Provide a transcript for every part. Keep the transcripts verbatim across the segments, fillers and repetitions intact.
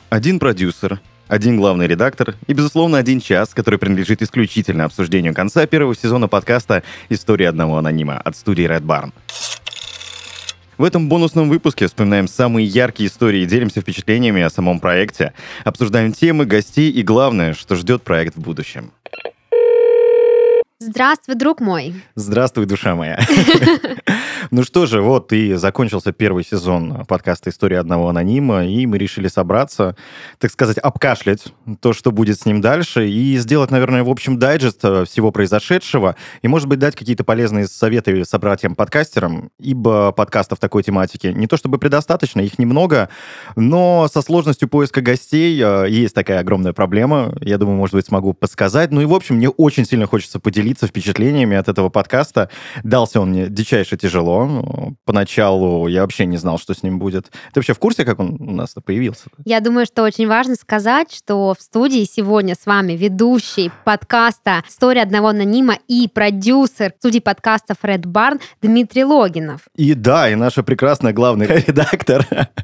Один продюсер, один главный редактор и, безусловно, один час, который принадлежит исключительно обсуждению конца первого сезона подкаста «История одного анонима» от студии Red Barn. В этом бонусном выпуске вспоминаем самые яркие истории и делимся впечатлениями о самом проекте, обсуждаем темы, гостей и, главное, что ждет проект в будущем. Здравствуй, друг мой. Здравствуй, душа моя. Ну что же, вот и закончился первый сезон подкаста «История одного анонима», и мы решили собраться, так сказать, обкашлять то, что будет с ним дальше, и сделать, наверное, в общем, дайджест всего произошедшего, и, может быть, дать какие-то полезные советы собратьям-подкастерам, ибо подкастов такой тематики не то чтобы предостаточно, их немного, но со сложностью поиска гостей есть такая огромная проблема, я думаю, может быть, смогу подсказать. Ну и, в общем, мне очень сильно хочется поделиться впечатлениями от этого подкаста. Дался он мне дичайше тяжело. Поначалу я вообще не знал, что с ним будет. Ты вообще в курсе, как он у нас появился? Я думаю, что очень важно сказать, что в студии сегодня с вами ведущий подкаста «История одного анонима» и продюсер студии подкастов Red Barn Дмитрий Логинов. И да, и наша прекрасная главный редактор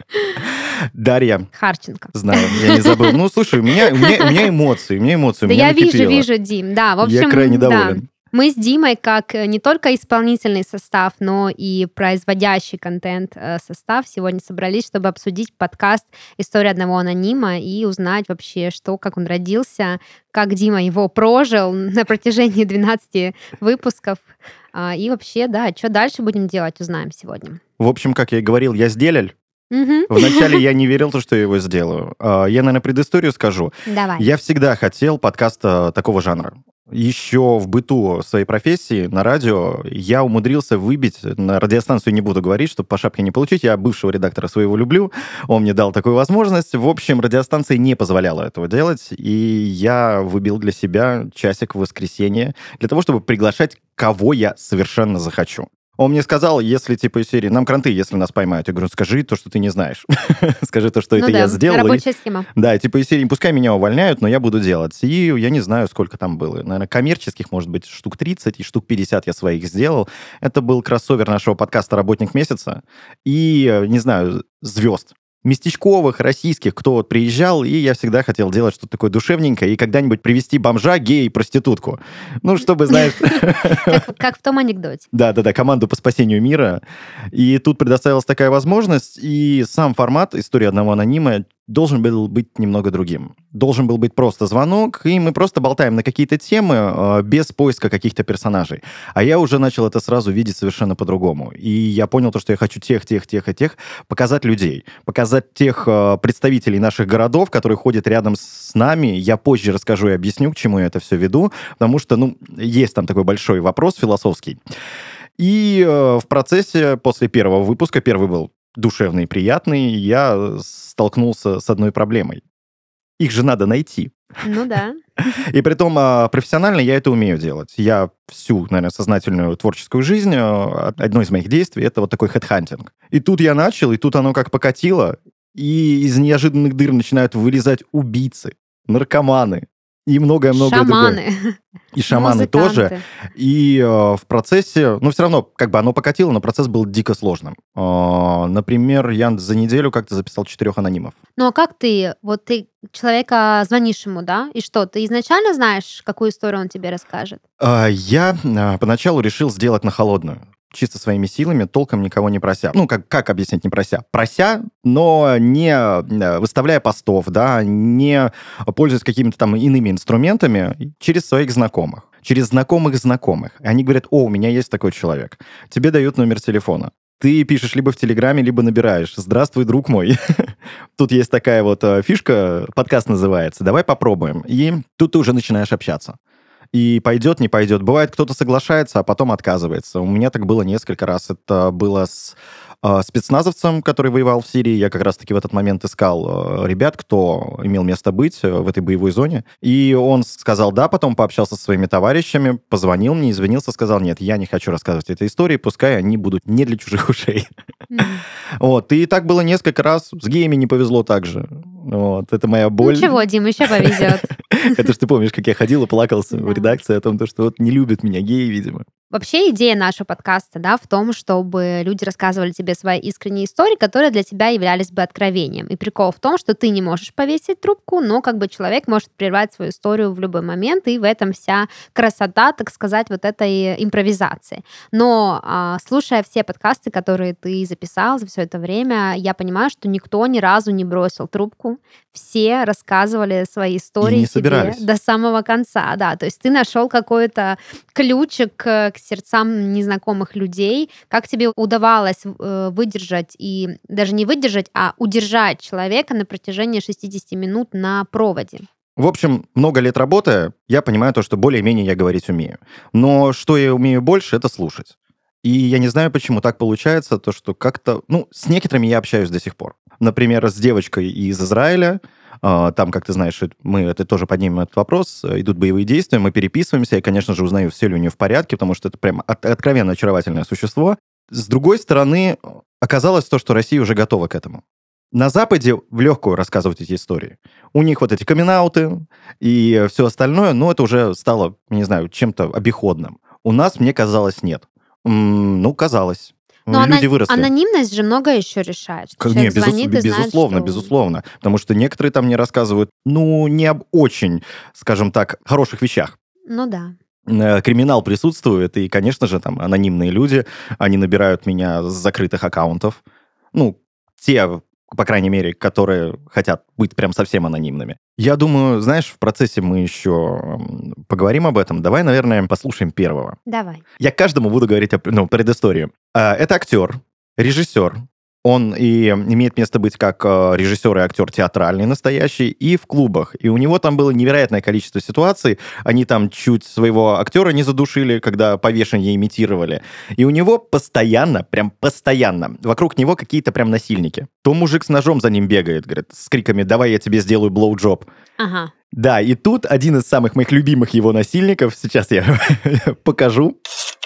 Дарья Харченко. Знаю, я не забыл. Ну, слушай, у меня, у меня, у меня эмоции, у меня эмоции. Да меня я накипело. вижу, вижу, Дим. Да, в общем, я крайне да. доволен. Мы с Димой, как не только исполнительный состав, но и производящий контент состав, сегодня собрались, чтобы обсудить подкаст «История одного анонима» и узнать вообще, что, как он родился, как Дима его прожил на протяжении двенадцати выпусков. И вообще, да, что дальше будем делать, узнаем сегодня. В общем, как я и говорил, я сделал. Угу. Вначале я не верил, что я его сделаю. Я, наверное, предысторию скажу. Давай. Я всегда хотел подкаста такого жанра. Еще в быту своей профессии на радио я умудрился выбить, на радиостанцию не буду говорить, чтобы по шапке не получить, я бывшего редактора своего люблю, он мне дал такую возможность. В общем, радиостанция не позволяла этого делать, и я выбил для себя часик в воскресенье для того, чтобы приглашать, кого я совершенно захочу. Он мне сказал, если типа из серии, нам кранты, если нас поймают. Я говорю, скажи то, что ты не знаешь. Скажи то, что ну это да, я сделал. Рабочая схема. Да, типа из серии, пускай меня увольняют, но я буду делать. И я не знаю, сколько там было. Наверное, коммерческих, может быть, штук тридцать, и штук пятьдесят я своих сделал. Это был кроссовер нашего подкаста «Работник месяца». И, не знаю, звезд. Местечковых, российских, кто вот приезжал, и я всегда хотел делать что-то такое душевненькое и когда-нибудь привести бомжа, гея и проститутку. Ну, чтобы, знаешь... Как в том анекдоте. Да-да-да, команду по спасению мира. И тут предоставилась такая возможность, и сам формат «История одного анонима» должен был быть немного другим. Должен был быть просто звонок, и мы просто болтаем на какие-то темы э, без поиска каких-то персонажей. А я уже начал это сразу видеть совершенно по-другому. И я понял то, что я хочу тех, тех, тех и тех показать людей. Показать тех э, представителей наших городов, которые ходят рядом с нами. Я позже расскажу и объясню, к чему я это все веду, потому что, ну, есть там такой большой вопрос философский. И э, в процессе, после первого выпуска, первый был душевный и приятный, я столкнулся с одной проблемой. Их же надо найти. Ну да. И притом профессионально я это умею делать. Я всю, наверное, сознательную творческую жизнь, одно из моих действий, это вот такой хедхантинг. И тут я начал, и тут оно как покатило, и из неожиданных дыр начинают вылезать убийцы, наркоманы, и многое-многое Шаманы. другое. И шаманы Музыканты. тоже. И э, в процессе, ну, все равно, как бы оно покатило, но процесс был дико сложным. Э, например, я за неделю как-то записал четырех анонимов. Ну, а как ты? Вот ты человека звонишь ему, да? И что, ты изначально знаешь, какую историю он тебе расскажет? Э, я э, поначалу решил сделать на холодную. Чисто своими силами, толком никого не прося. Ну, как, как объяснить не прося? Прося, но не выставляя постов, да, не пользуясь какими-то там иными инструментами, через своих знакомых, через знакомых знакомых. И они говорят, о, у меня есть такой человек. Тебе дают номер телефона. Ты пишешь либо в Телеграме, либо набираешь. Здравствуй, друг мой. Тут есть такая вот фишка, подкаст называется. Давай попробуем. И тут ты уже начинаешь общаться. И пойдет, не пойдет. Бывает, кто-то соглашается, а потом отказывается. У меня так было несколько раз. Это было с э, спецназовцем, который воевал в Сирии. Я как раз-таки в этот момент искал э, ребят, кто имел место быть э, в этой боевой зоне. И он сказал да, потом пообщался со своими товарищами, позвонил мне, извинился, сказал, нет, я не хочу рассказывать этой истории, пускай они будут не для чужих ушей. Mm. Вот. И так было несколько раз. С геями не повезло также. Вот. Это моя боль. Ничего, Дим, еще повезет. Это ж ты помнишь, как я ходил и плакался в редакции о том, что вот не любят меня геи, видимо. Вообще идея нашего подкаста, да, в том, чтобы люди рассказывали тебе свои искренние истории, которые для тебя являлись бы откровением. И прикол в том, что ты не можешь повесить трубку, но как бы человек может прервать свою историю в любой момент, и в этом вся красота, так сказать, вот этой импровизации. Но а, слушая все подкасты, которые ты записал за все это время, я понимаю, что никто ни разу не бросил трубку, все рассказывали свои истории не тебе собирались. до самого конца, да, то есть ты нашел какой-то ключик к к сердцам незнакомых людей. Как тебе удавалось э, выдержать и даже не выдержать, а удержать человека на протяжении шестьдесят минут на проводе? В общем, много лет работая, я понимаю то, что более-менее я говорить умею. Но что я умею больше, это слушать. И я не знаю, почему так получается, то, что как-то... Ну, с некоторыми я общаюсь до сих пор. Например, с девочкой из Израиля. Э, там, как ты знаешь, мы это тоже поднимем этот вопрос. Идут боевые действия, мы переписываемся. Я, конечно же, узнаю, все ли у нее в порядке, потому что это прям от- откровенно очаровательное существо. С другой стороны, оказалось то, что Россия уже готова к этому. На Западе в легкую рассказывать эти истории. У них вот эти камин-ауты и все остальное, но это уже стало, не знаю, чем-то обиходным. У нас, мне казалось, нет. М, Ну, казалось. Но Люди ана- выросли. анонимность же многое еще решает. Что К- Не, человек безус- звонит и знает, безусловно, что... безусловно. Потому что некоторые там мне рассказывают, ну, не об очень, скажем так, хороших вещах. Ну да. Э, Криминал присутствует, и, конечно же, там анонимные люди, они набирают меня с закрытых аккаунтов. Ну, те, по крайней мере, которые хотят быть прям совсем анонимными. Я думаю, знаешь, в процессе мы еще м, поговорим об этом. Давай, наверное, послушаем первого. Давай. Я каждому буду говорить о, ну, предысторию. А, Это актер, режиссер. Он и имеет место быть как э, режиссер и актер театральный настоящий, и в клубах. И у него там было невероятное количество ситуаций. Они там чуть своего актера не задушили, когда повешение имитировали. И у него постоянно, прям постоянно, вокруг него какие-то прям насильники. То мужик с ножом за ним бегает, говорит, с криками «давай я тебе сделаю блоуджоп». Ага. Да, и тут один из самых моих любимых его насильников, сейчас я покажу.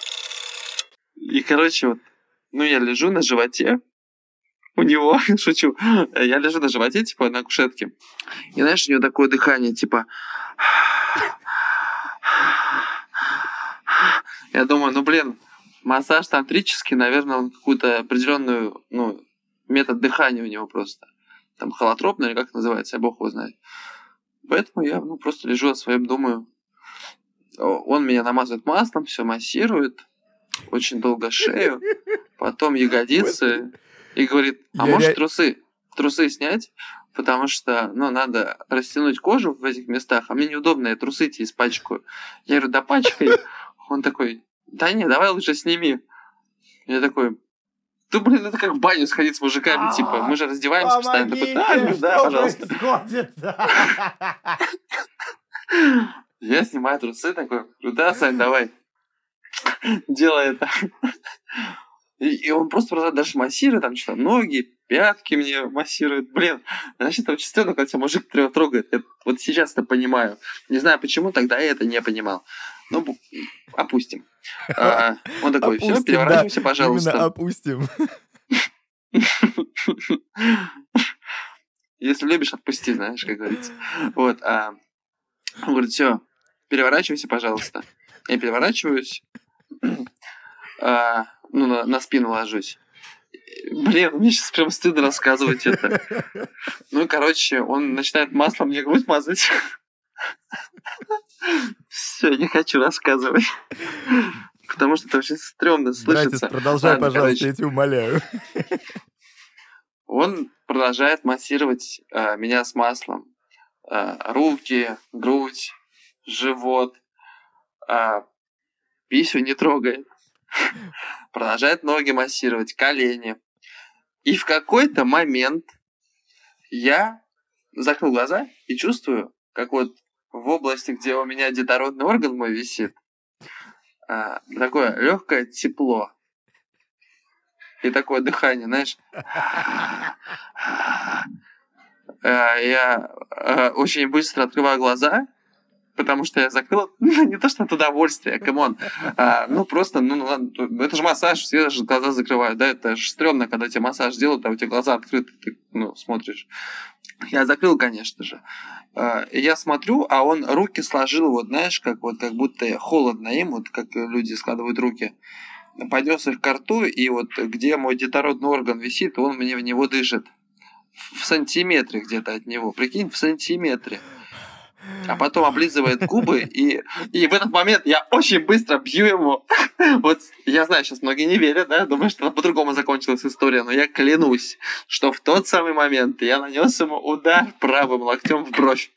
И, короче, вот, ну, я лежу на животе у него, шучу, я лежу на животе, типа, на кушетке. И, знаешь, у него такое дыхание, типа... Я думаю, ну, блин, массаж тантрический, наверное, он какую-то определенную, ну, метод дыхания у него просто. Там холотропный или как это называется, я бог его знает. Поэтому я, ну, просто лежу о своем, думаю. Он меня намазывает маслом, все массирует, очень долго шею, потом ягодицы, и говорит, а Я можешь ре- трусы, трусы снять? Потому что, ну, надо растянуть кожу в этих местах, а мне неудобно, я трусы тебе испачкаю. Я говорю, да пачкай. Он такой, да не, давай лучше сними. Я такой, да, блин, это как в баню сходить с мужиками, типа, мы же раздеваемся постоянно. Такой, да, говорю, да, пожалуйста. Я снимаю трусы, такой, говорю, да, Сань, давай, делай это. И, и он просто продолжает дальше массирует, там что-то ноги, пятки мне массирует. Блин, значит, это очень странно, когда тебя мужик трогает. Я вот сейчас это понимаю. Не знаю почему, тогда я это не понимал. Ну, бу- опустим. А, он такой, все, Опустим, переворачивайся, да, пожалуйста. Именно опустим. Если любишь, отпусти, знаешь, как говорится. Вот. А он говорит, все, переворачивайся, пожалуйста. Я переворачиваюсь, а, ну, на, на спину ложусь. Блин, мне сейчас прям стыдно рассказывать это. Ну, короче, он начинает маслом мне грудь мазать. Все, не хочу рассказывать. Потому что это очень стрёмно слышится. Братец, продолжай, Ладно, пожалуйста, короче. я тебя умоляю. Он продолжает массировать а, меня с маслом. А, руки, грудь, живот. А, писю не трогает. Продолжает ноги массировать, колени. И в какой-то момент я закрыл глаза и чувствую, как вот в области, где у меня детородный орган мой висит, а, такое легкое тепло. И такое дыхание, знаешь. А, Я а, очень быстро открываю глаза, потому что я закрыл, ну, не то что от удовольствия, камон, а, ну просто, ну ладно, это же массаж, все же глаза закрывают, да, это же стрёмно, когда тебе массаж делают, а у тебя глаза открыты, ты, ну, смотришь. Я закрыл, конечно же. Э, и я смотрю, а он руки сложил, вот знаешь, как вот как будто холодно им, вот как люди складывают руки. Поднес их к рту, и вот где мой детородный орган висит, он мне в него дышит. В сантиметре где-то от него. Прикинь, в сантиметре. А потом облизывает губы, и, и в этот момент я очень быстро бью ему. Вот я знаю, сейчас многие не верят, да, думаю, что по-другому закончилась история, но я клянусь, что в тот самый момент я нанес ему удар правым локтем в бровь.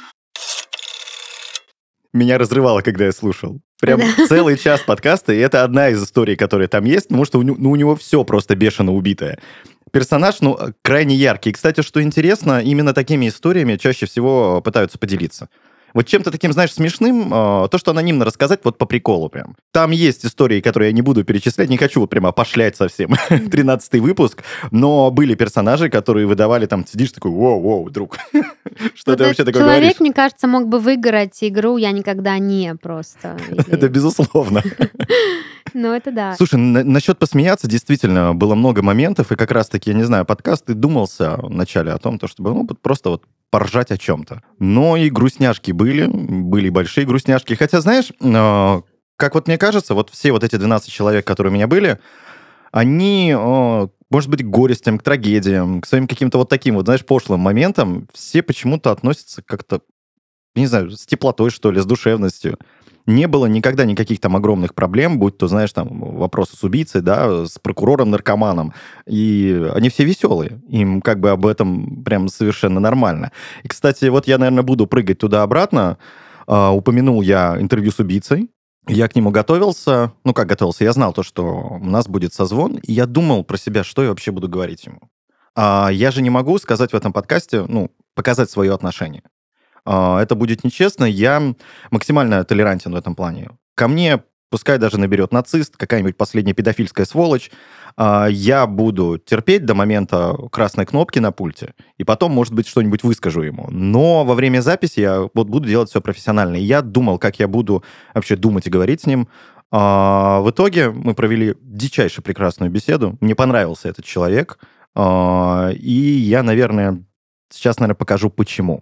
Меня разрывало, когда я слушал. Прям целый час подкаста, и это одна из историй, которые там есть, потому что у, ну, у него все просто бешено убитое. Персонаж, ну, крайне яркий. И, кстати, что интересно, именно такими историями чаще всего пытаются поделиться. Вот чем-то таким, знаешь, смешным, э, то, что анонимно рассказать, вот по приколу прям. Там есть истории, которые я не буду перечислять, не хочу вот прямо пошлять совсем. Тринадцатый выпуск, но были персонажи, которые выдавали там, сидишь такой, воу-воу, друг, что ты вообще такое говоришь? Человек, мне кажется, мог бы выиграть игру «Я никогда не» просто. Это безусловно. Ну, это да. Слушай, на- насчет посмеяться, действительно, было много моментов, и как раз-таки, я не знаю, подкаст и думался вначале о том, то, чтобы ну, вот просто вот поржать о чем-то. Но и грустняшки были, были большие грустняшки. Хотя, знаешь, э, как вот мне кажется, вот все вот эти двенадцать человек, которые у меня были, они, э, может быть, к горестям, к трагедиям, к своим каким-то вот таким вот, знаешь, пошлым моментам, все почему-то относятся как-то, не знаю, с теплотой, что ли, с душевностью. Не было никогда никаких там огромных проблем, будь то, знаешь, там вопросы с убийцей, да, с прокурором-наркоманом. И они все веселые. Им как бы об этом прям совершенно нормально. И, кстати, вот я, наверное, буду прыгать туда-обратно. А, упомянул я интервью с убийцей. Я к нему готовился. Ну, как готовился? Я знал то, что у нас будет созвон. И я думал про себя, что я вообще буду говорить ему. А я же не могу сказать в этом подкасте, ну, показать свое отношение. Это будет нечестно, я максимально толерантен в этом плане. Ко мне, пускай даже наберет нацист, какая-нибудь последняя педофильская сволочь, я буду терпеть до момента красной кнопки на пульте, и потом, может быть, что-нибудь выскажу ему. Но во время записи я вот буду делать все профессионально. И я думал, как я буду вообще думать и говорить с ним. В итоге мы провели дичайше прекрасную беседу. Мне понравился этот человек. И я, наверное, сейчас, наверное, покажу, почему.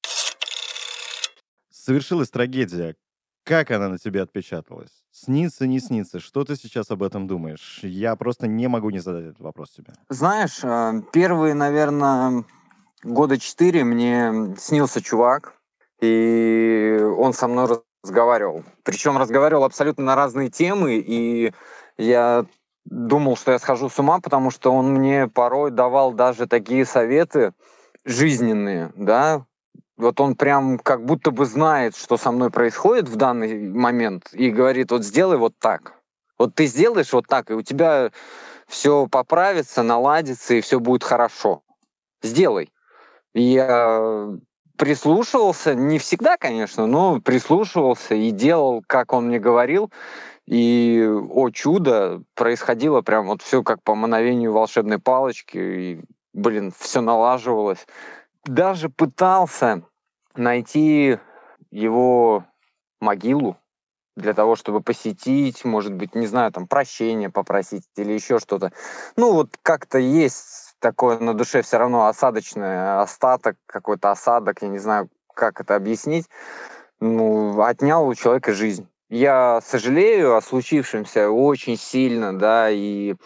Совершилась трагедия. Как она на тебе отпечаталась? Снится, не снится? Что ты сейчас об этом думаешь? Я просто не могу не задать этот вопрос тебе. Знаешь, э, первые, наверное, года четыре мне снился чувак, и он со мной разговаривал. Причем разговаривал абсолютно на разные темы, и я думал, что я схожу с ума, потому что он мне порой давал даже такие советы жизненные, да. Вот он прям как будто бы знает, что со мной происходит в данный момент, и говорит, вот сделай вот так. Вот ты сделаешь вот так, и у тебя все поправится, наладится, и все будет хорошо. Сделай. И я прислушивался, не всегда, конечно, но прислушивался и делал, как он мне говорил. И, о чудо, происходило прям вот все как по мановению волшебной палочки. И, блин, все налаживалось. Даже пытался найти его могилу для того, чтобы посетить, может быть, не знаю, там, прощения попросить или еще что-то. Ну, вот как-то есть такое на душе все равно осадочное, остаток, какой-то осадок, я не знаю, как это объяснить. Ну, отнял у человека жизнь. Я сожалею о случившемся очень сильно, да, и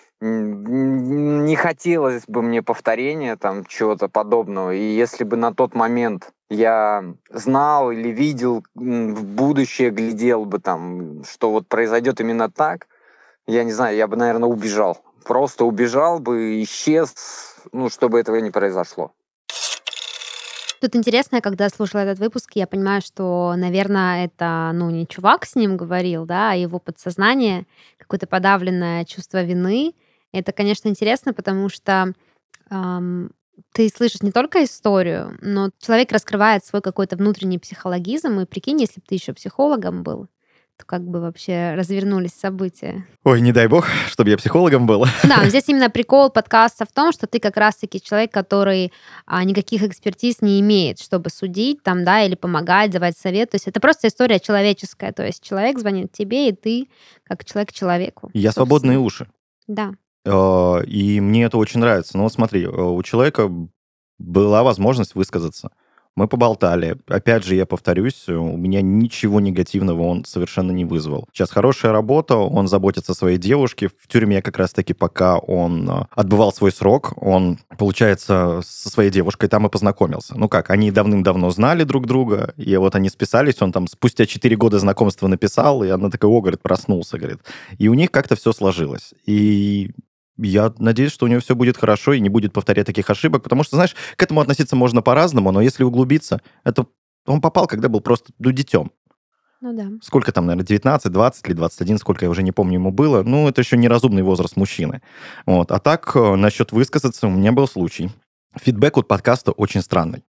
не хотелось бы мне повторения там чего-то подобного. И если бы на тот момент я знал или видел в будущее, глядел бы там, что вот произойдет именно так, я не знаю, я бы, наверное, убежал. Просто убежал бы, исчез, ну, чтобы этого не произошло. Тут интересно, когда я слушала этот выпуск, я понимаю, что, наверное, это, ну, не чувак с ним говорил, да, а его подсознание, какое-то подавленное чувство вины. Это, конечно, интересно, потому что эм, ты слышишь не только историю, но человек раскрывает свой какой-то внутренний психологизм, и прикинь, если бы ты еще психологом был, то как бы вообще развернулись события. Ой, не дай бог, чтобы я психологом был. Да, здесь именно прикол подкаста в том, что ты как раз-таки человек, который а, никаких экспертиз не имеет, чтобы судить там, да, или помогать, давать совет. То есть это просто история человеческая. То есть человек звонит тебе, и ты как человек человеку. Я собственно. свободные уши. Да. И мне это очень нравится. Но вот смотри, у человека была возможность высказаться. Мы поболтали. Опять же, я повторюсь, у меня ничего негативного он совершенно не вызвал. Сейчас хорошая работа, он заботится о своей девушке. В тюрьме как раз-таки, пока он отбывал свой срок, он, получается, со своей девушкой там и познакомился. Ну как, они давным-давно знали друг друга, и вот они списались, он там спустя четыре года знакомства написал, и она такая, о, говорит, проснулся, говорит. И у них как-то все сложилось. И... Я надеюсь, что у него все будет хорошо и не будет повторять таких ошибок, потому что, знаешь, к этому относиться можно по-разному, но если углубиться, это он попал, когда был просто, ну, детем. Ну да. Сколько там, наверное, девятнадцать, двадцать или двадцать один, сколько я уже не помню ему было. Ну, это еще неразумный возраст мужчины. Вот. А так, насчет высказаться, у меня был случай. Фидбэк от подкаста очень странный.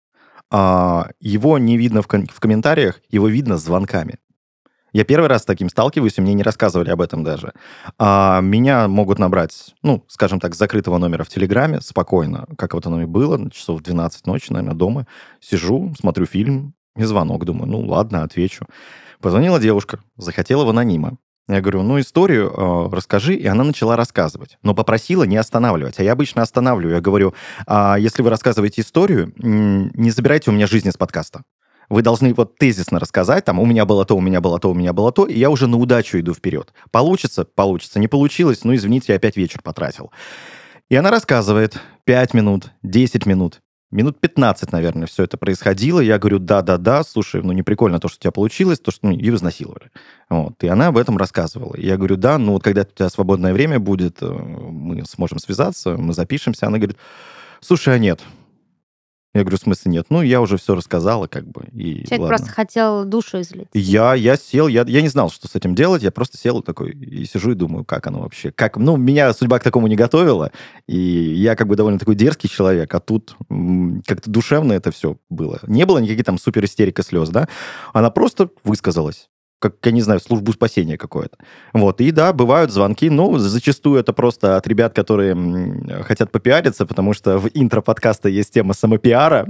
Его не видно в комментариях, его видно звонками. Я первый раз с таким сталкиваюсь, и мне не рассказывали об этом даже. А меня могут набрать, ну, скажем так, с закрытого номера в Телеграме спокойно, как вот оно и было, часов в двенадцать ночи, наверное, дома. Сижу, смотрю фильм, и звонок, думаю, ну, ладно, отвечу. Позвонила девушка, захотела в анонима. Я говорю, ну, историю э, расскажи, и она начала рассказывать. Но попросила не останавливать. А я обычно останавливаю. Я говорю, а если вы рассказываете историю, не забирайте у меня жизнь из подкаста. Вы должны вот тезисно рассказать, там, у меня было то, у меня было то, у меня было то, и я уже на удачу иду вперед. Получится? Получится. Не получилось? Ну, извините, я опять вечер потратил. И она рассказывает пять минут, десять минут, минут пятнадцать, наверное, все это происходило. Я говорю, да-да-да, слушай, ну, не прикольно то, что у тебя получилось, то, что ну, ее изнасиловали. Вот. И она об этом рассказывала. И я говорю, да, ну, вот когда у тебя свободное время будет, мы сможем связаться, мы запишемся. Она говорит, слушай, а нет. Я говорю, в смысле нет? Ну, я уже все рассказала, как бы, и Человек ладно. просто хотел душу излить. Я, я сел, я, я не знал, что с этим делать, я просто сел такой и сижу и думаю, как оно вообще, как, ну, меня судьба к такому не готовила, и я как бы довольно такой дерзкий человек, а тут м, как-то душевно это все было. Не было никаких там супер истерика слез, да? Она просто высказалась. Как, я не знаю, службу спасения какое-то. Вот, и да, бывают звонки, но зачастую это просто от ребят, которые м, хотят попиариться, потому что в интро подкаста есть тема самопиара.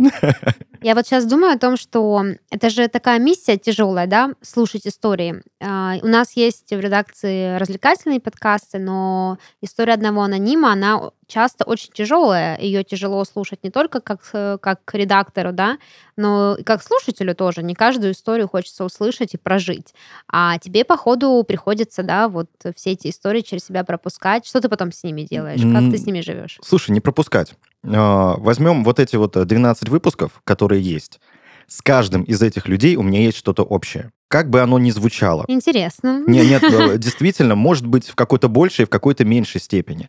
Я вот сейчас думаю о том, что это же такая миссия тяжелая, да, слушать истории. А, У нас есть в редакции развлекательные подкасты, но история одного анонима, она часто очень тяжелая. Ее тяжело слушать не только как, э, как редактору, да, но и как слушателю тоже. Не каждую историю хочется услышать и прожить. А тебе, по ходу, приходится, да, вот все эти истории через себя пропускать. Что ты потом с ними делаешь? Как ты с ними живешь? Слушай, не пропускать. А, Возьмем вот эти вот двенадцать выпусков, которые есть. С каждым из этих людей у меня есть что-то общее. Как бы оно ни звучало. Интересно. Нет, нет, э, действительно, может быть в какой-то большей, в какой-то меньшей степени.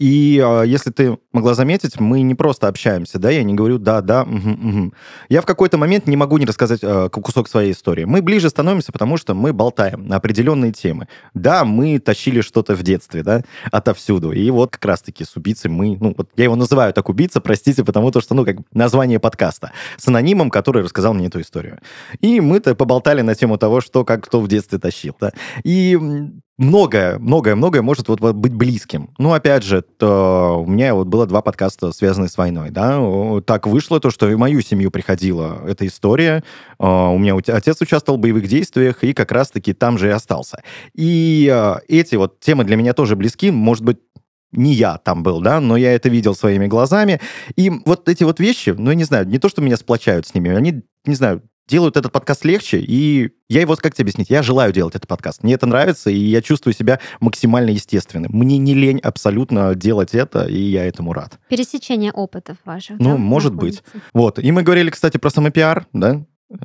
И э, если ты могла заметить, мы не просто общаемся, да, я не говорю «да, да, угу, угу». Я в какой-то момент не могу не рассказать э, кусок своей истории. Мы ближе становимся, потому что мы болтаем на определенные темы. Да, мы тащили что-то в детстве, да, отовсюду. И вот как раз-таки с убийцей мы, ну, вот я его называю так убийца, простите, потому что, ну, как название подкаста, с анонимом, который рассказал мне эту историю. И мы-то поболтали на тему того, что как кто в детстве тащил, да. И многое, многое, многое может вот, вот быть близким. Ну, опять же, то у меня вот было два подкаста, связанные с войной, да. Так вышло то, что и в мою семью приходила эта история. У меня отец участвовал в боевых действиях, и как раз-таки там же и остался. И эти вот темы для меня тоже близки, может быть, не я там был, да, но я это видел своими глазами. И вот эти вот вещи, ну, я не знаю, не то, что меня сплочают с ними, они, не знаю, делают этот подкаст легче, и я его, как тебе объяснить, я желаю делать этот подкаст. Мне это нравится, и я чувствую себя максимально естественным. Мне не лень абсолютно делать это, и я этому рад. Пересечение опытов ваших. Ну, да, может находится. быть. Вот, и мы говорили, кстати, про самопиар, да?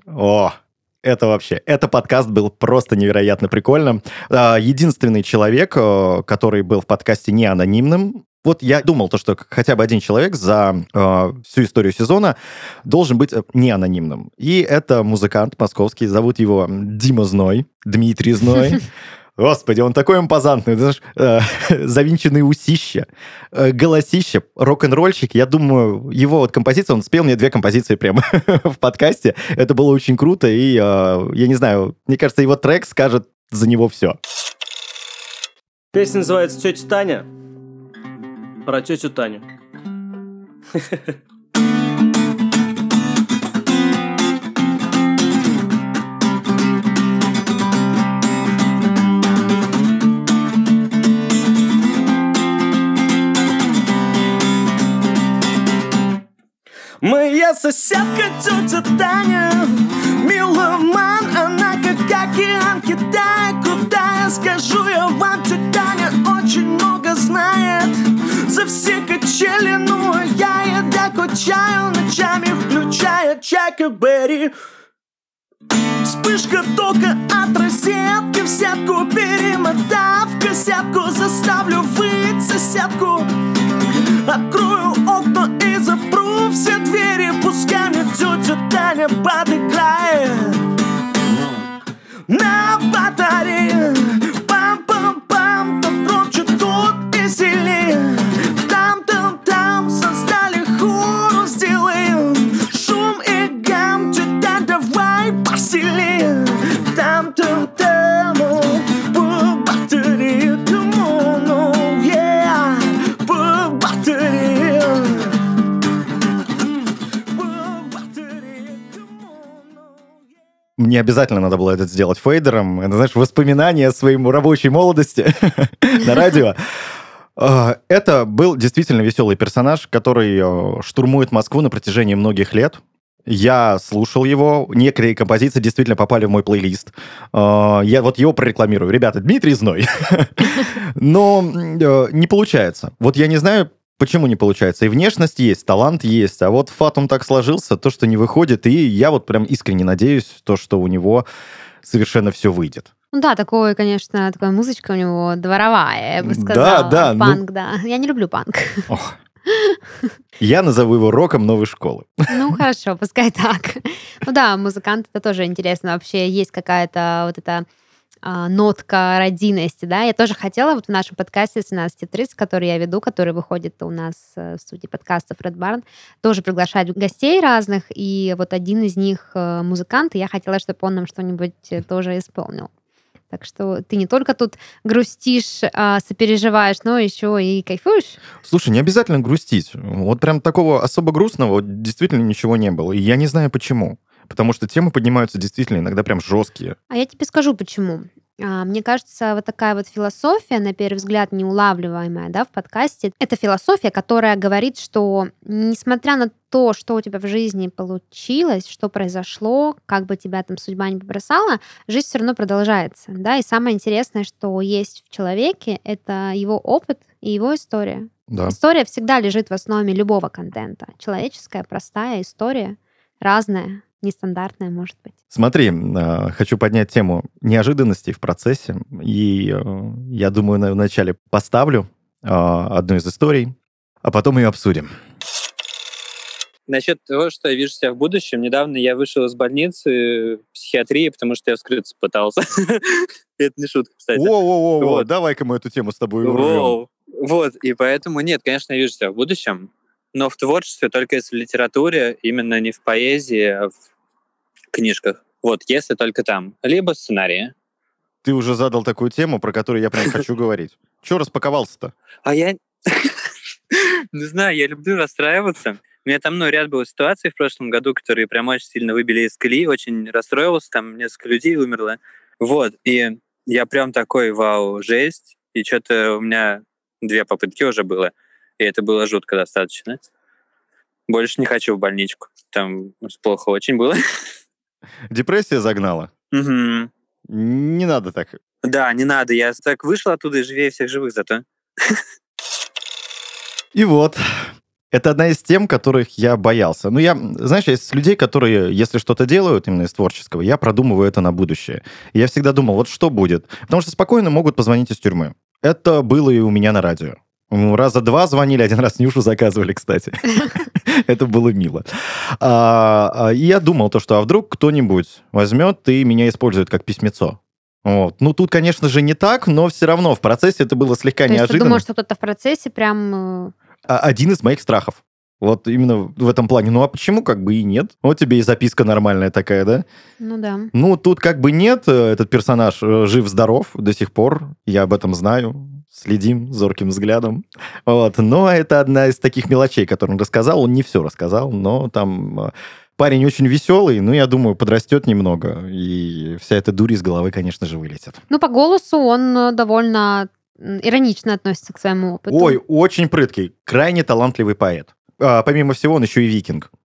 О, это вообще, это подкаст был просто невероятно прикольным. Единственный человек, который был в подкасте не анонимным, вот я думал, то, что хотя бы один человек за э, всю историю сезона должен быть не анонимным. И это музыкант московский, зовут его Дима Зной, Дмитрий Зной. Господи, он такой импозантный, знаешь, э, завинченные усища, э, голосище, рок-н-ролльщик. Я думаю, его вот композиция, он спел мне две композиции прямо в подкасте. Это было очень круто, и э, я не знаю, мне кажется, его трек скажет за него все. Песня называется «Тетя Таня». Про тетю Таню. Мы моя соседка тетя Таня. Меломан, она как океан Китая. Куда я скажу, я вам, тетя Таня очень много знает. За все качели, ну а я еда качаю, ночами включая Чака Берри. Вспышка тока от розетки в сетку, перемотав кассетку, заставлю выть соседку. Открою окна и запру все двери, пускай мне тетя Таня подыграет на батарее. Пам-пам-пам, тут громче, тут веселее. Там-там-там создали хору, сделаем шум и гам. Тетя, давай посильнее. Там-там-там, по батарее, come on, oh yeah, по батарее. По батарее, come on, oh yeah. Мне обязательно надо было это сделать фейдером. Это, знаешь, воспоминания о своей рабочей молодости на радио. А, Это был действительно веселый персонаж, который э, штурмует Москву на протяжении многих лет. Я слушал его, некоторые композиции действительно попали в мой плейлист. А, Я вот его прорекламирую. Ребята, Дмитрий Зной. Но э, не получается. Вот я не знаю, почему не получается. И внешность есть, талант есть, а вот фатум так сложился, то, что не выходит, и я вот прям искренне надеюсь, то, что у него совершенно все выйдет. Ну да, такой, конечно, такая музычка у него дворовая, я бы сказала. Да, да, ну- Панк, да. Я не люблю панк. Ох. Я назову его роком новой школы. Ну, хорошо, пускай так. Ну да, музыкант, это тоже интересно. Вообще есть какая-то вот эта а, нотка родийности, да. Я тоже хотела вот в нашем подкасте семнадцать тридцать, который я веду, который выходит у нас э, в студии подкастов Red Barn, тоже приглашать гостей разных, и вот один из них э, музыкант, и я хотела, чтобы он нам что-нибудь э, тоже исполнил. Так что ты не только тут грустишь, а, сопереживаешь, но еще и кайфуешь. Слушай, не обязательно грустить. Вот прям такого особо грустного вот действительно ничего не было. И я не знаю почему. Потому что темы поднимаются действительно иногда прям жесткие. А я тебе скажу, почему. А, Мне кажется, вот такая вот философия, на первый взгляд, неулавливаемая, да, в подкасте, это философия, которая говорит, что несмотря на то, что у тебя в жизни получилось, что произошло, как бы тебя там судьба не побросала, жизнь все равно продолжается, да, и самое интересное, что есть в человеке, это его опыт и его история. Да. История всегда лежит в основе любого контента. Человеческая, простая история, разная, нестандартная, может быть. Смотри, э, хочу поднять тему неожиданностей в процессе. И э, я думаю, на- вначале поставлю э, одну из историй, а потом ее обсудим. Насчет того, что я вижу себя в будущем, недавно я вышел из больницы психиатрии, потому что я вскрыться пытался. Это не шутка, кстати. Во-во-во, Вот. давай-ка мы эту тему с тобой урвем. Воу. Вот, и поэтому нет, конечно, я вижу себя в будущем, но в творчестве только если в литературе, именно не в поэзии, а в книжках. Вот, если только там. Либо сценарии. Ты уже задал такую тему, про которую я прям хочу говорить. Че распаковался-то? А я... Не знаю, я люблю расстраиваться. У меня там, ну, ряд было ситуаций в прошлом году, которые прям очень сильно выбили из колеи, очень расстроился, там несколько людей умерло. Вот, и я прям такой, вау, жесть. И что-то у меня две попытки уже было, и это было жутко достаточно. Больше не хочу в больничку. Там плохо очень было. Депрессия загнала? Мгм. Не надо так. Да, не надо. Я так вышел оттуда и живее всех живых зато. И вот, это одна из тем, которых я боялся. Ну, я, знаешь, есть людей, которые, если что-то делают именно из творческого, я продумываю это на будущее. И я всегда думал, вот что будет. Потому что спокойно могут позвонить из тюрьмы. Это было и у меня на радио. Ну, раза два звонили, один раз Нюшу заказывали, кстати. Это было мило. А, а, И я думал, то, что а вдруг кто-нибудь возьмет и меня использует как письмецо. Вот. Ну, тут, конечно же, не так, но все равно в процессе это было слегка То есть ты неожиданно. думаешь, что кто-то в процессе прям... э, А- Один из моих страхов. Вот именно в этом плане. Ну, а почему как бы и нет? Вот тебе и записка нормальная такая, да? Ну да. Ну, тут как бы нет, э, этот персонаж э, жив-здоров до сих пор, я об этом знаю, следим зорким взглядом. Вот. Но это одна из таких мелочей, которые он рассказал. Он не все рассказал, но там э, парень очень веселый, ну, я думаю, подрастет немного, и вся эта дурь из головы, конечно же, вылетит. Ну, по голосу он э, довольно м, иронично относится к своему опыту. Ой, очень прыткий, крайне талантливый поэт. А, помимо всего, он еще и викинг.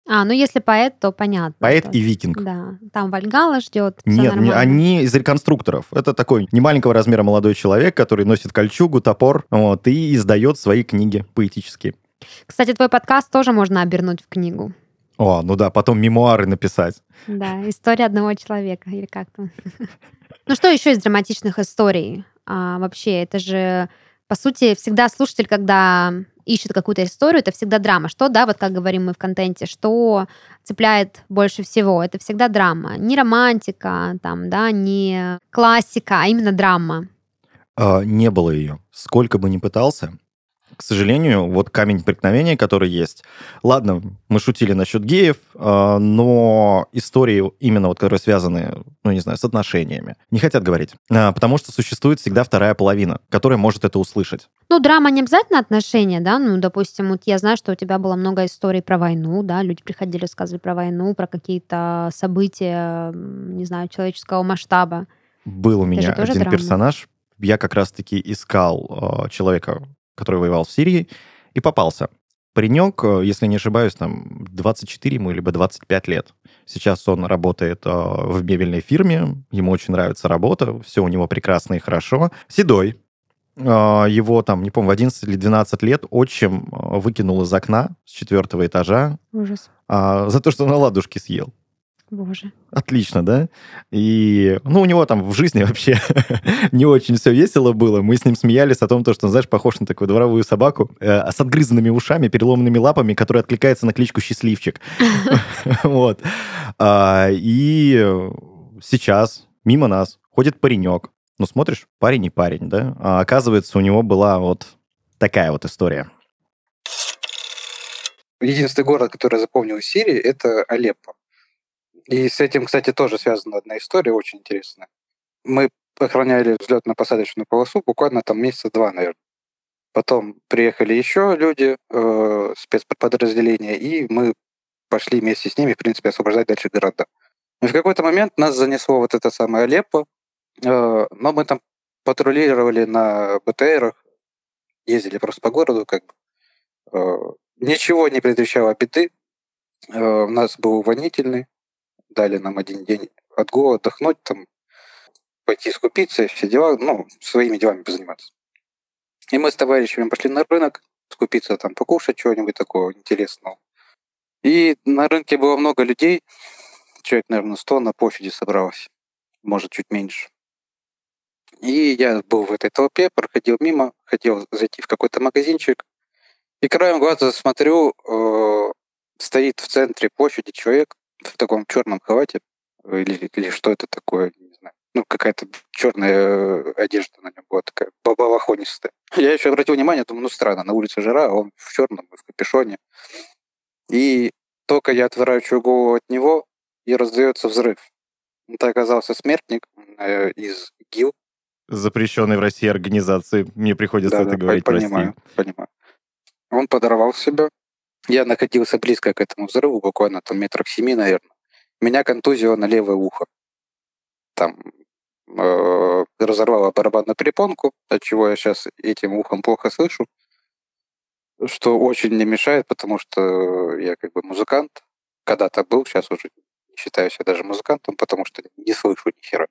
А, ну если поэт, то понятно. Поэт то и есть, викинг. Да, там Вальгалла ждет. Нет, не- они из реконструкторов. Это такой немаленького размера молодой человек, который носит кольчугу, топор, вот, и издает свои книги поэтические. Кстати, твой подкаст тоже можно обернуть в книгу. О, ну да, потом мемуары написать. Да, история одного человека, или как там. Ну что еще из драматичных историй? А, вообще, это же, по сути, всегда слушатель, когда ищет какую-то историю, это всегда драма. Что, да, вот как говорим мы в контенте, что цепляет больше всего? Это всегда драма. Не романтика, там, да, не классика, а именно драма. А, не было ее. Сколько бы ни пытался, к сожалению, вот камень преткновения, который есть. Ладно, мы шутили насчет геев, а, но истории именно вот, которые связаны, ну, не знаю, с отношениями, не хотят говорить. А, потому что существует всегда вторая половина, которая может это услышать. Ну, драма не обязательно отношения, да, ну, допустим, вот я знаю, что у тебя было много историй про войну, да, люди приходили, рассказывали про войну, про какие-то события, м, не знаю, человеческого масштаба. Был у Это меня же тоже один драма. персонаж, я как раз-таки искал э, человека, который воевал в Сирии, и попался. Паренек, э, если не ошибаюсь, там двадцать четыре ему, либо двадцать пять лет. Сейчас он работает э, в мебельной фирме, ему очень нравится работа, все у него прекрасно и хорошо. Седой. Э, Его там, не помню, в одиннадцать или двенадцать лет отчим э, выкинул из окна с четвертого этажа Ужас. а, за то, что он оладушки съел. Боже. Отлично, да? И, ну, у него там в жизни вообще не очень все весело было. Мы с ним смеялись о том, то, что он, знаешь, похож на такую дворовую собаку э, с отгрызанными ушами, переломанными лапами, которая откликается на кличку Счастливчик. Вот. А, И сейчас мимо нас ходит паренек. Ну, смотришь, парень и парень, да? А оказывается, у него была вот такая вот история. Единственный город, который я запомнил из Сирии, это Алеппо. И с этим, кстати, тоже связана одна история очень интересная. Мы охраняли взлетно-посадочную полосу буквально там месяца два, наверное. Потом приехали еще люди, э, спецподразделения, и мы пошли вместе с ними, в принципе, освобождать дальше города. И в какой-то момент нас занесло вот это самое Алеппо, э, но мы там патрулировали на БТРах, ездили просто по городу, как бы. Э, ничего не предвещало беды. Э, у нас был увольнительный, дали нам один день отгула, отдохнуть, там, пойти скупиться, все дела, ну, своими делами позаниматься. И мы с товарищами пошли на рынок, скупиться, там, покушать чего-нибудь такого интересного. И на рынке было много людей, человек, наверное, сто на площади собралось, может, чуть меньше. И я был в этой толпе, проходил мимо, хотел зайти в какой-то магазинчик, и краем глаза смотрю, э, стоит в центре площади человек в таком черном халате, или, или что это такое, не знаю. Ну, какая-то черная одежда на нем была такая, балахонистая. Я еще обратил внимание, думаю, ну странно, на улице жара, а он в черном, в капюшоне. И только я отворачиваю голову от него, и раздается взрыв. Это оказался смертник э, из ИГИЛ. Запрещенной в России организации. Мне приходится Да, это да, говорить, понимаю, прости. понимаю. Он подорвал себя. Я находился близко к этому взрыву, буквально там метрах семи, наверное. Меня контузило на левое ухо. Там э, разорвало барабанную перепонку, от чего я сейчас этим ухом плохо слышу, что очень мне мешает, потому что я как бы музыкант. Когда-то был, сейчас уже не считаю себя даже музыкантом, потому что не слышу ни хера.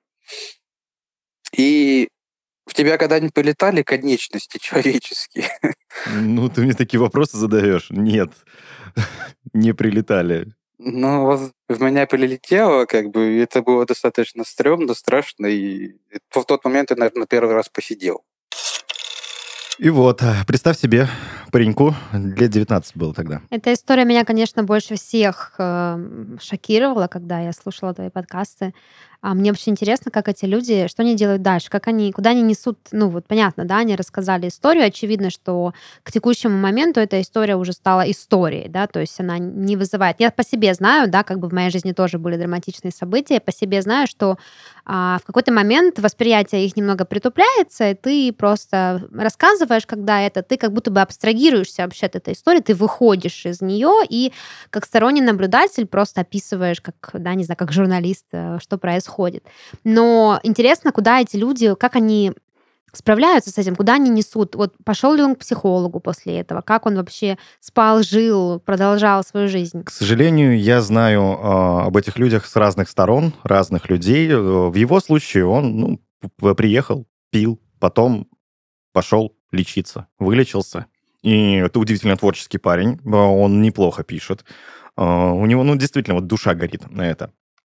И в тебя когда-нибудь прилетали конечности человеческие? Ну, ты мне такие вопросы задаешь. Нет, не прилетали. Ну, вот в меня прилетело, как бы, и это было достаточно стрёмно, страшно, и в тот момент я, наверное, первый раз посидел. И вот, представь себе, пареньку лет девятнадцать было тогда. Эта история меня, конечно, больше всех э, шокировала, когда я слушала твои подкасты. А мне вообще интересно, как эти люди, что они делают дальше, как они, куда они несут, ну вот понятно, да, они рассказали историю, очевидно, что к текущему моменту эта история уже стала историей, да, то есть она не вызывает. Я по себе знаю, да, как бы в моей жизни тоже были драматичные события, по себе знаю, что а, в какой-то момент восприятие их немного притупляется, и ты просто рассказываешь, когда это, ты как будто бы абстрагируешься вообще от этой истории, ты выходишь из нее и как сторонний наблюдатель просто описываешь, как, да, не знаю, как журналист, что происходит. Но интересно, куда эти люди, как они справляются с этим, куда они несут? Вот пошел ли он к психологу после этого? Как он вообще спал, жил, продолжал свою жизнь? К сожалению, я знаю э, об этих людях с разных сторон, разных людей. В его случае он ну, п- приехал, пил, потом пошел лечиться, вылечился. И это удивительно творческий парень, он неплохо пишет. Э, у него, ну, действительно, вот душа горит на это.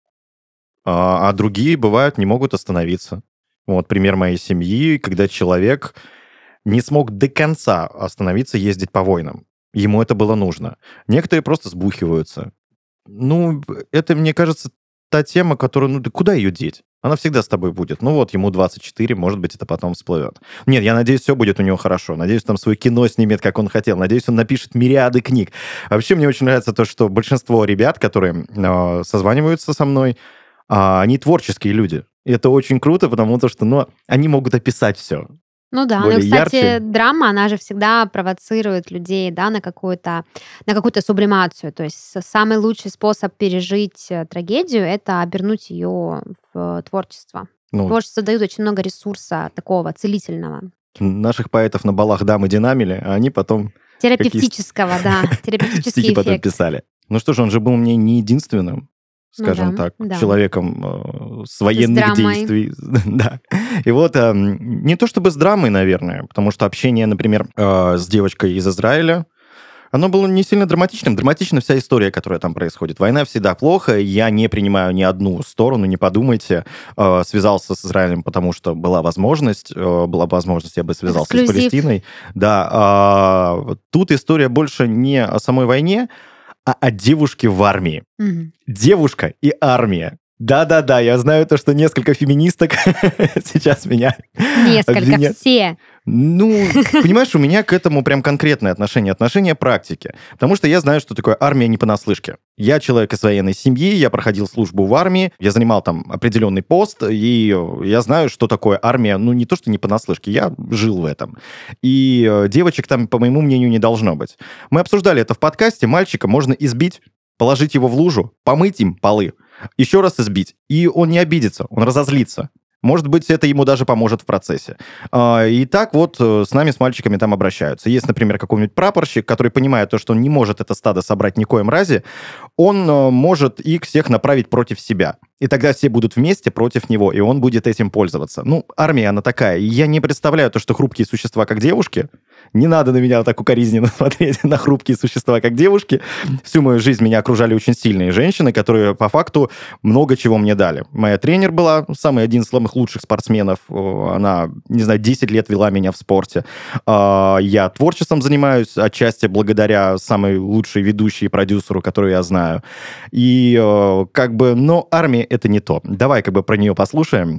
А, а другие, бывают, не могут остановиться. Вот пример моей семьи, когда человек не смог до конца остановиться ездить по войнам. Ему это было нужно. Некоторые просто сбухиваются. Ну, это, мне кажется, та тема, которую... Ну, да куда ее деть? Она всегда с тобой будет. Ну вот, ему двадцать четыре, может быть, это потом всплывет. Нет, я надеюсь, все будет у него хорошо. Надеюсь, там свое кино снимет, как он хотел. Надеюсь, он напишет мириады книг. Вообще, мне очень нравится то, что большинство ребят, которые э, созваниваются со мной, э, они творческие люди. И это очень круто, потому что, ну, они могут описать все. Ну да, Более ну, кстати, ярче. драма, она же всегда провоцирует людей, да, на какую-то, на какую-то сублимацию. То есть с- самый лучший способ пережить э, трагедию — это обернуть ее в творчество. Ну, Творчество дает очень много ресурса такого целительного. наших поэтов на балах дамы динамили, а они потом Терапевтического, да, терапевтический стихи потом эффект. писали. Ну что же, он же был мне не единственным, Ну скажем да, так, да. человеком э, с военных драмой. действий. Да. И вот э, не то чтобы с драмой, наверное, потому что общение, например, э, с девочкой из Израиля, оно было не сильно драматичным. Драматична вся история, которая там происходит. Война всегда плохо, я не принимаю ни одну сторону, не подумайте. Э, связался с Израилем, потому что была возможность, э, была возможность, я бы связался Эксклюзив. с Палестиной. Да, а, тут история больше не о самой войне, а о девушке в армии. Мгм. Девушка и армия. Да-да-да, я знаю то, что несколько феминисток сейчас меня Несколько, обвинят. все. Ну, понимаешь, у меня к этому прям конкретное отношение, отношение практики. Потому что я знаю, что такое армия не понаслышке. Я человек из военной семьи, я проходил службу в армии, я занимал там определенный пост, и я знаю, что такое армия, ну, не то, что не понаслышке, я жил в этом. И э, девочек там, по моему мнению, не должно быть. Мы обсуждали это в подкасте, мальчика можно избить, положить его в лужу, помыть им полы, еще раз избить, и он не обидится, он разозлится. Может быть, это ему даже поможет в процессе. А, И так вот э, с нами, с мальчиками там обращаются. Есть, например, какой-нибудь прапорщик, который понимает то, что он не может это стадо собрать ни в коем разе, он э, может их всех направить против себя. И тогда все будут вместе против него, и он будет этим пользоваться. Ну, армия, она такая. И я не представляю то, что хрупкие существа, как девушки, не надо на меня вот так укоризненно смотреть, на хрупкие существа, как девушки. Всю мою жизнь меня окружали очень сильные женщины, которые по факту много чего мне дали. Моя тренер была самый один из самых лучших спортсменов. О, Она, не знаю, десять лет вела меня в спорте. А, Я творчеством занимаюсь отчасти благодаря самой лучшей ведущей и продюсеру, которую я знаю. И э, как бы, но армия — это не то. Давай как бы про нее послушаем.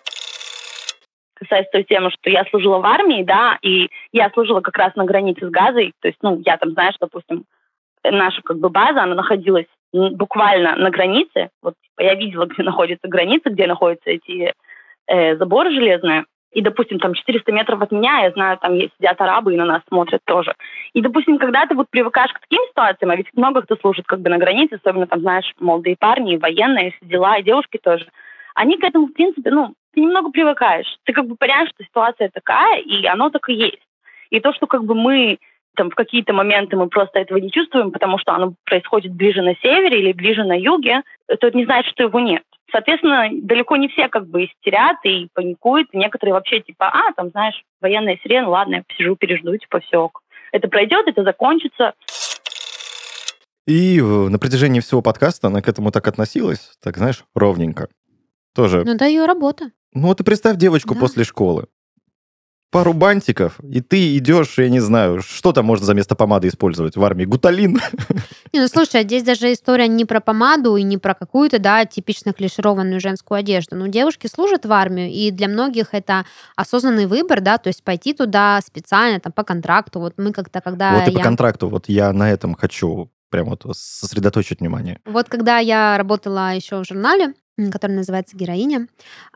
Касаясь той темы, что я служила в армии, да, и я служила как раз на границе с Газой, то есть, ну, я там, знаешь, допустим, наша как бы база, она находилась м, буквально на границе, вот я видела, где находится граница, где находятся эти э, заборы железные, и, допустим, там четыреста метров от меня, я знаю, там есть, сидят арабы и на нас смотрят тоже. И, допустим, когда ты вот привыкаешь к таким ситуациям, а ведь много кто служит как бы на границе, особенно там, знаешь, молодые парни, и военные, все дела, и девушки тоже, они к этому, в принципе, ну, ты немного привыкаешь. Ты как бы понимаешь, что ситуация такая, и оно так и есть. И то, что как бы мы там в какие-то моменты мы просто этого не чувствуем, потому что оно происходит ближе на севере или ближе на юге, это не значит, что его нет. Соответственно, далеко не все как бы истерят и паникуют. Некоторые вообще типа, а, там, знаешь, военная сирена, ладно, я посижу, пережду, типа, все ок. Это пройдет, это закончится. И э, на протяжении всего подкаста она к этому так относилась, так, знаешь, ровненько. Тоже. Ну, это ее работа. Ну вот и представь девочку Да. после школы. Пару бантиков, и ты идешь, я не знаю, что там можно за место помады использовать в армии? Гуталин? Не, ну слушай, а здесь даже история не про помаду и не про какую-то, да, типично клишированную женскую одежду. Ну, девушки служат в армию, и для многих это осознанный выбор, да, то есть пойти туда специально, там, по контракту. Вот мы как-то, когда Вот и по я... контракту, вот я на этом хочу прям вот сосредоточить внимание. Вот когда я работала еще в журнале, который называется «Героиня».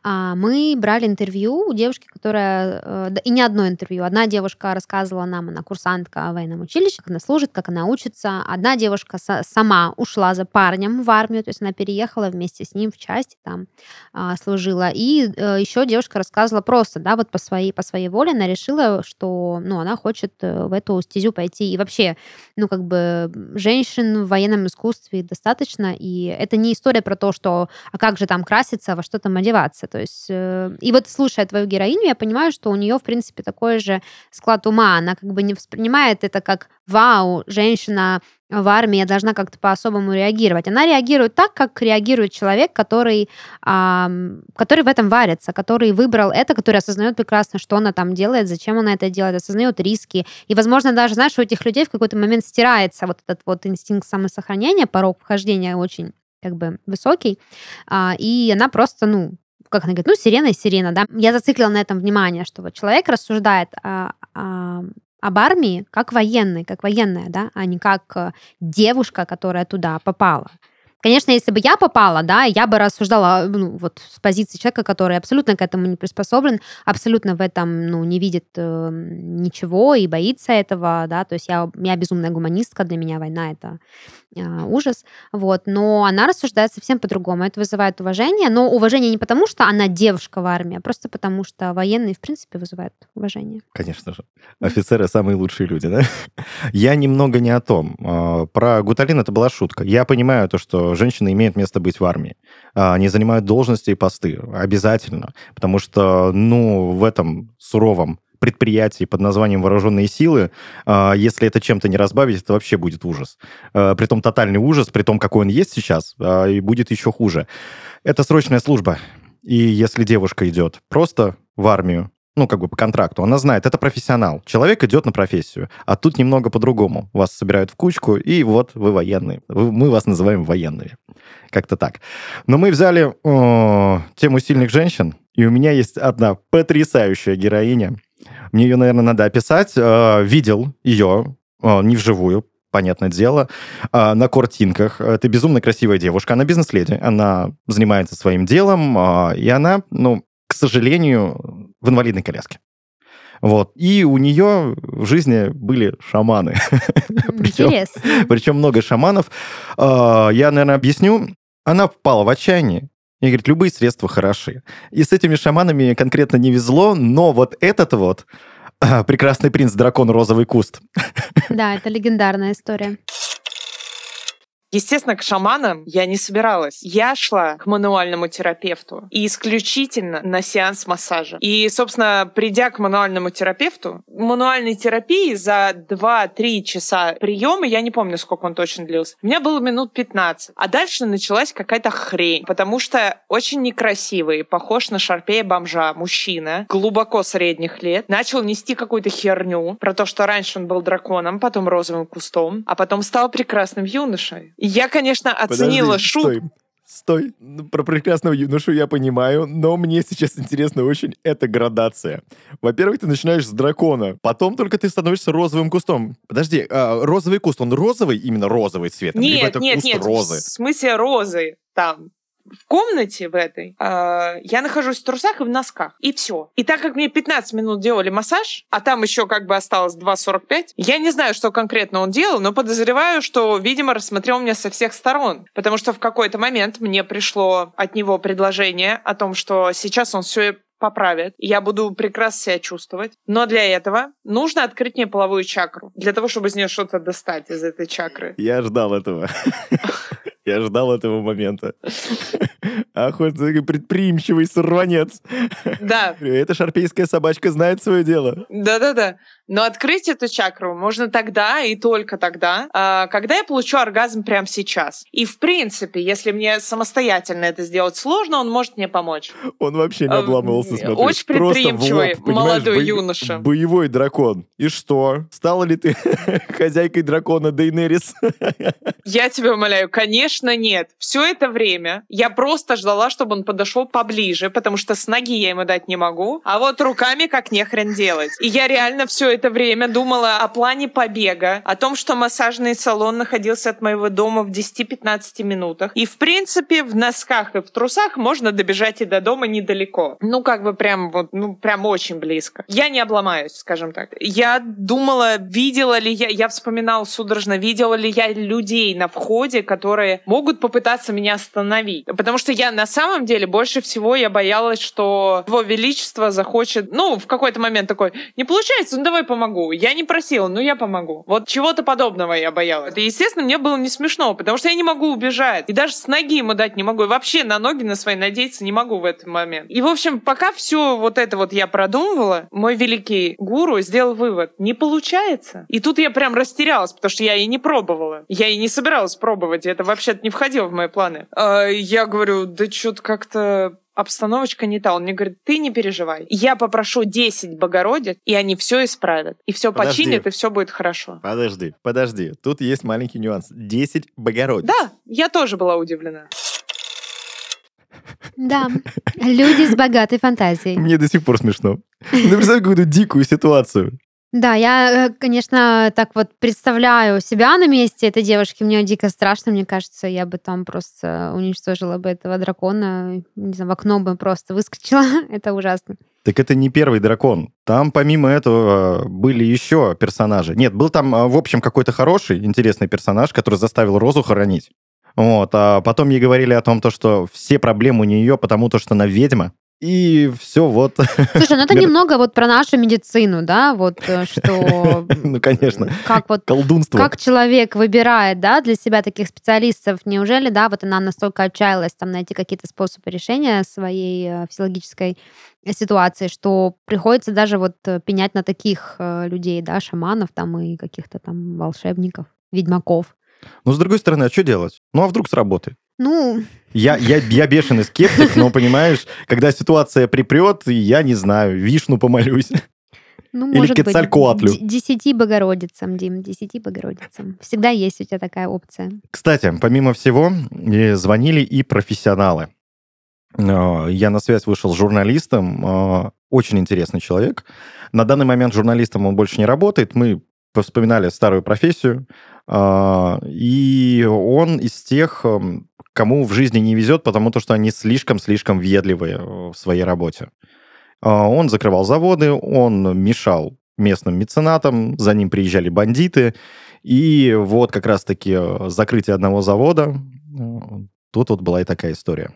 Мы брали интервью у девушки, которая... И не одно интервью. Одна девушка рассказывала нам, она курсантка в военном училище, как она служит, как она учится. Одна девушка сама ушла за парнем в армию, то есть она переехала вместе с ним в части, там служила. И еще девушка рассказывала просто, да, вот по своей, по своей воле она решила, что, ну, она хочет в эту стезю пойти. И вообще, ну, как бы женщин в военном искусстве достаточно, и это не история про то, что а как же там краситься, во что там одеваться. То есть, э, и вот слушая твою героиню, я понимаю, что у нее, в принципе, такой же склад ума. Она как бы не воспринимает это как «Вау, женщина в армии должна как-то по-особому реагировать». Она реагирует так, как реагирует человек, который, а, который в этом варится, который выбрал это, который осознает прекрасно, что она там делает, зачем она это делает, осознает риски. И, возможно, даже, знаешь, у этих людей в какой-то момент стирается вот этот вот инстинкт самосохранения, порог вхождения очень как бы высокий, а, и она просто, ну, как она говорит, ну, сирена и сирена, да. Я зациклила на этом внимание, что вот человек рассуждает о, о, об армии как военный, как военная, да, а не как девушка, которая туда попала. Конечно, если бы я попала, да, я бы рассуждала, ну, вот с позиции человека, который абсолютно к этому не приспособлен, абсолютно в этом, ну, не видит э, ничего и боится этого, да, то есть я, я безумная гуманистка, для меня война — это э, ужас, вот, но она рассуждает совсем по-другому, это вызывает уважение, но уважение не потому, что она девушка в армии, а просто потому, что военные, в принципе, вызывают уважение. Конечно же. Офицеры — самые лучшие люди, да? Я немного не о том. Про Гуталин это была шутка. Я понимаю то, что женщины имеют место быть в армии. Они занимают должности и посты. Обязательно. Потому что, ну, в этом суровом предприятии под названием «Вооруженные силы», если это чем-то не разбавить, это вообще будет ужас. Притом тотальный ужас, при том, какой он есть сейчас, и будет еще хуже. Это срочная служба. И если девушка идет просто в армию, ну, как бы по контракту, она знает, это профессионал. Человек идет на профессию. А тут немного по-другому. Вас собирают в кучку, и вот вы военные. Вы, мы вас называем военными. Как-то так. Но мы взяли о, тему сильных женщин, и у меня есть одна потрясающая героиня. Мне ее, наверное, надо описать. Э, видел ее, э, не вживую, понятное дело, э, на картинках. Это безумно красивая девушка. Она бизнес-леди. Она занимается своим делом, э, и она, ну, к сожалению, в инвалидной коляске. Вот. И у нее в жизни были шаманы. Интересно. Причем, причем много шаманов. Я, наверное, объясню. Она впала в отчаяние. И говорит, любые средства хороши. И с этими шаманами конкретно не везло, но вот этот вот прекрасный принц, дракон, розовый куст. Да, это легендарная история. Естественно, к шаманам я не собиралась. Я шла к мануальному терапевту и исключительно на сеанс массажа. И, собственно, придя к мануальному терапевту, мануальной терапии за два-три часа приема, я не помню, сколько он точно длился, у меня было минут пятнадцать. А дальше началась какая-то хрень, потому что очень некрасивый, похож на шарпея-бомжа мужчина, глубоко средних лет, начал нести какую-то херню про то, что раньше он был драконом, потом розовым кустом, а потом стал прекрасным юношей. Я, конечно, оценила шутку. Стой, стой. Про прекрасного юношу я понимаю, но мне сейчас интересно очень эта градация. Во-первых, ты начинаешь с дракона, потом только ты становишься розовым кустом. Подожди, а розовый куст, он розовый, именно розовый цвет? Нет, нет, нет, розы? В смысле розы там. В комнате в этой э, я нахожусь в трусах и в носках. И все. И так как мне пятнадцать минут делали массаж, а там еще как бы осталось два сорок пять, я не знаю, что конкретно он делал, но подозреваю, что, видимо, рассмотрел меня со всех сторон. Потому что в какой-то момент мне пришло от него предложение о том, что сейчас он все поправит, я буду прекрасно себя чувствовать. Но для этого нужно открыть мне половую чакру. Для того, чтобы из нее что-то достать из этой чакры. Я ждал этого. Я ждал этого момента. Ах, вот предприимчивый сорванец. Да. Эта шарпейская собачка знает свое дело. Да-да-да. Но открыть эту чакру можно тогда и только тогда, когда я получу оргазм прямо сейчас. И, в принципе, если мне самостоятельно это сделать сложно, он может мне помочь. Он вообще не обламывался, смотри. Очень предприимчивый лоб, молодой бо- юноша. Боевой дракон. И что? Стала ли ты хозяйкой дракона Дейнерис? Я тебя умоляю, конечно, нет. Все это время я просто ждала, чтобы он подошел поближе, потому что с ноги я ему дать не могу, а вот руками как нехрен делать. И я реально все это время думала о плане побега, о том, что массажный салон находился от моего дома в десяти-пятнадцати минутах. И, в принципе, в носках и в трусах можно добежать и до дома недалеко. Ну, как бы прям вот, ну, прям очень близко. Я не обломаюсь, скажем так. Я думала, видела ли я, я вспоминала судорожно, видела ли я людей на входе, которые могут попытаться меня остановить. Потому что я на самом деле больше всего я боялась, что его величество захочет, ну, в какой-то момент такой, не получается, ну давай помогу. Я не просила, ну я помогу. Вот чего-то подобного я боялась. И, естественно, мне было не смешно, потому что я не могу убежать. И даже с ноги ему дать не могу. И вообще на ноги на свои надеяться не могу в этот момент. И, в общем, пока все вот это вот я продумывала, мой великий гуру сделал вывод. Не получается. И тут я прям растерялась, потому что я и не пробовала. Я и не собиралась пробовать. И это вообще-то не входило в мои планы. А я говорю, да что-то как-то обстановочка не та. Он мне говорит, ты не переживай. Я попрошу десять Богородиц, и они все исправят. И все Подожди. починят, и все будет хорошо. Подожди, подожди. Тут есть маленький нюанс. десять Богородиц. Да, я тоже была удивлена. Да, люди с богатой фантазией. Мне до сих пор смешно. Ну, представь какую-то дикую ситуацию. Да, я, конечно, так вот представляю себя на месте этой девушки. Мне дико страшно, мне кажется, я бы там просто уничтожила бы этого дракона, не знаю, в окно бы просто выскочила. Это ужасно. Так это не первый дракон. Там помимо этого были еще персонажи. Нет, был там, в общем, какой-то хороший, интересный персонаж, который заставил Розу хоронить. Вот, а потом ей говорили о том, то, что все проблемы у нее, потому то, что она ведьма. И все, вот. Слушай, ну это немного вот про нашу медицину, да, вот что... Ну, конечно, как вот, колдунство. Как человек выбирает, да, для себя таких специалистов. Неужели, да, вот она настолько отчаялась там найти какие-то способы решения своей физиологической ситуации, что приходится даже вот пенять на таких людей, да, шаманов там и каких-то там волшебников, ведьмаков. Ну, с другой стороны, а что делать? Ну, а вдруг сработает? Ну... Я, я, я бешеный скептик, но, понимаешь, когда ситуация припрет, я не знаю, Вишну помолюсь. Ну, или может Кецалькоатлю. быть, десяти Богородицам, Дим, десяти Богородицам. Всегда есть у тебя такая опция. Кстати, помимо всего, звонили и профессионалы. Я на связь вышел с журналистом, очень интересный человек. На данный момент журналистом он больше не работает, мы вспоминали старую профессию, и он из тех, кому в жизни не везет, потому что они слишком-слишком въедливые в своей работе. Он закрывал заводы, он мешал местным меценатам, за ним приезжали бандиты, и вот как раз-таки закрытие одного завода, тут вот была и такая история.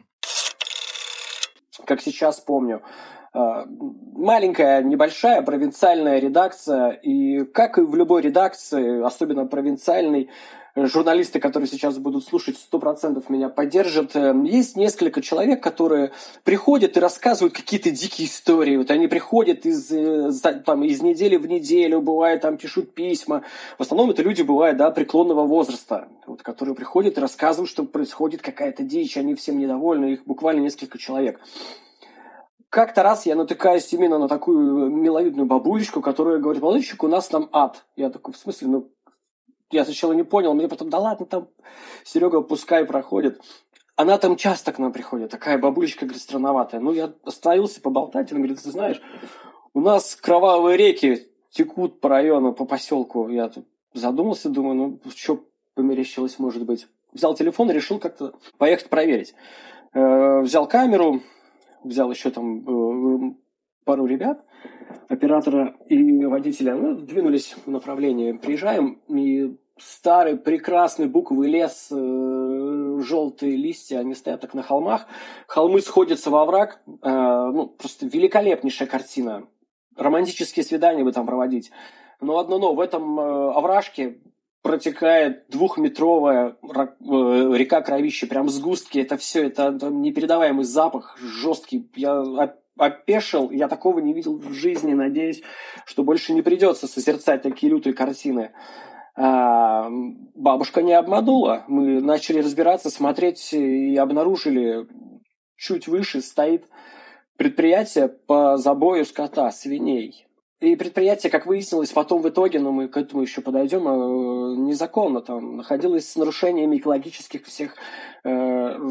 Как сейчас помню, маленькая, небольшая провинциальная редакция, и как и в любой редакции, особенно провинциальной, журналисты, которые сейчас будут слушать, сто процентов меня поддержат. Есть несколько человек, которые приходят и рассказывают какие-то дикие истории. Вот они приходят из, там, из недели в неделю, бывает, там пишут письма. В основном это люди, бывают, да, преклонного возраста, вот, которые приходят и рассказывают, что происходит какая-то дичь, они всем недовольны, их буквально несколько человек. Как-то раз я натыкаюсь именно на такую миловидную бабулечку, которая говорит, молодой человек, у нас там ад. Я такой, в смысле, ну, я сначала не понял, мне потом, да ладно, там, Серега, пускай проходит. Она там часто к нам приходит, такая бабулечка, говорит, странноватая. Ну, я остановился поболтать, он говорит, ты знаешь, у нас кровавые реки текут по району, по поселку. Я тут задумался, думаю, ну, что померещилось, может быть. Взял телефон и решил как-то поехать проверить. Э-э, взял камеру, взял еще там э- пару ребят, оператора и водителя, ну, двинулись в направлении. Приезжаем, и старый прекрасный буковый лес, э, желтые листья, они стоят так на холмах. Холмы сходятся во овраг. Э, ну, просто великолепнейшая картина. Романтические свидания бы там проводить. Но одно но, в этом э, овражке протекает двухметровая река кровища, прям сгустки. Это все, это, это непередаваемый запах, жесткий. Я опешил, я такого не видел в жизни. Надеюсь, что больше не придется созерцать такие лютые картины. А, бабушка не обманула. Мы начали разбираться, смотреть и обнаружили, чуть выше стоит предприятие по забою скота, свиней. И предприятие, как выяснилось, потом в итоге, но мы к этому еще подойдем, незаконно там находилось с нарушениями экологических всех э,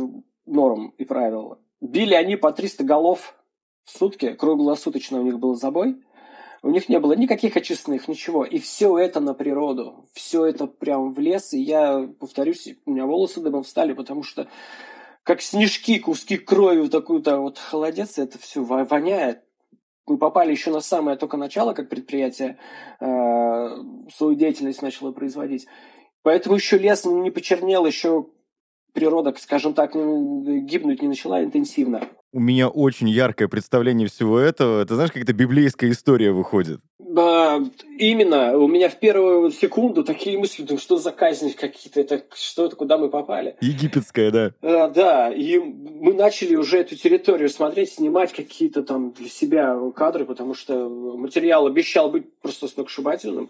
норм и правил. Били они по триста голов в сутки, круглосуточно у них был забой. У них не было никаких очистных, ничего. И все это на природу. Все это прям в лес. И я, повторюсь, у меня волосы дыбом встали, потому что как снежки, куски крови в такую-то вот холодец, это все воняет. Мы попали еще на самое только начало, как предприятие э, свою деятельность начало производить. Поэтому еще лес не почернел, еще природа, скажем так, гибнуть не начала интенсивно. У меня очень яркое представление всего этого. Это, знаешь, как-то библейская история выходит. Да, именно. У меня в первую секунду такие мысли, думаю, что за казни какие-то, это что это, куда мы попали? Египетская, да. А, да, и мы начали уже эту территорию смотреть, снимать какие-то там для себя кадры, потому что материал обещал быть просто сногсшибательным.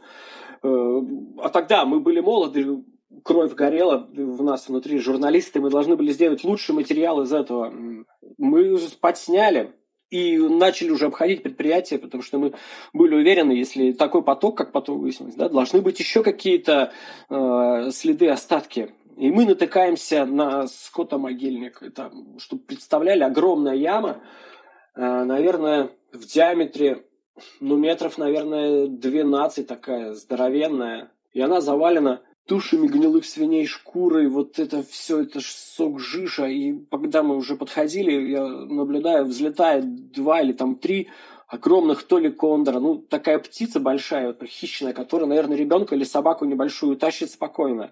А тогда мы были молоды, кровь горела в нас внутри, журналисты, мы должны были сделать лучший материал из этого. Мы подсняли и начали уже обходить предприятие, потому что мы были уверены, если такой поток, как потом выяснилось, да, должны быть еще какие-то э, следы, остатки. И мы натыкаемся на скотомогильник. Это, чтобы представляли, огромная яма, э, наверное, в диаметре, ну, метров, наверное, двенадцать такая, здоровенная. И она завалена тушами гнилых свиней, шкурой, вот это все, это сок жиша. И когда мы уже подходили, я наблюдаю, взлетает два или там три огромных то ли кондора. Ну, такая птица большая, хищная, которая, наверное, ребенка или собаку небольшую тащит спокойно.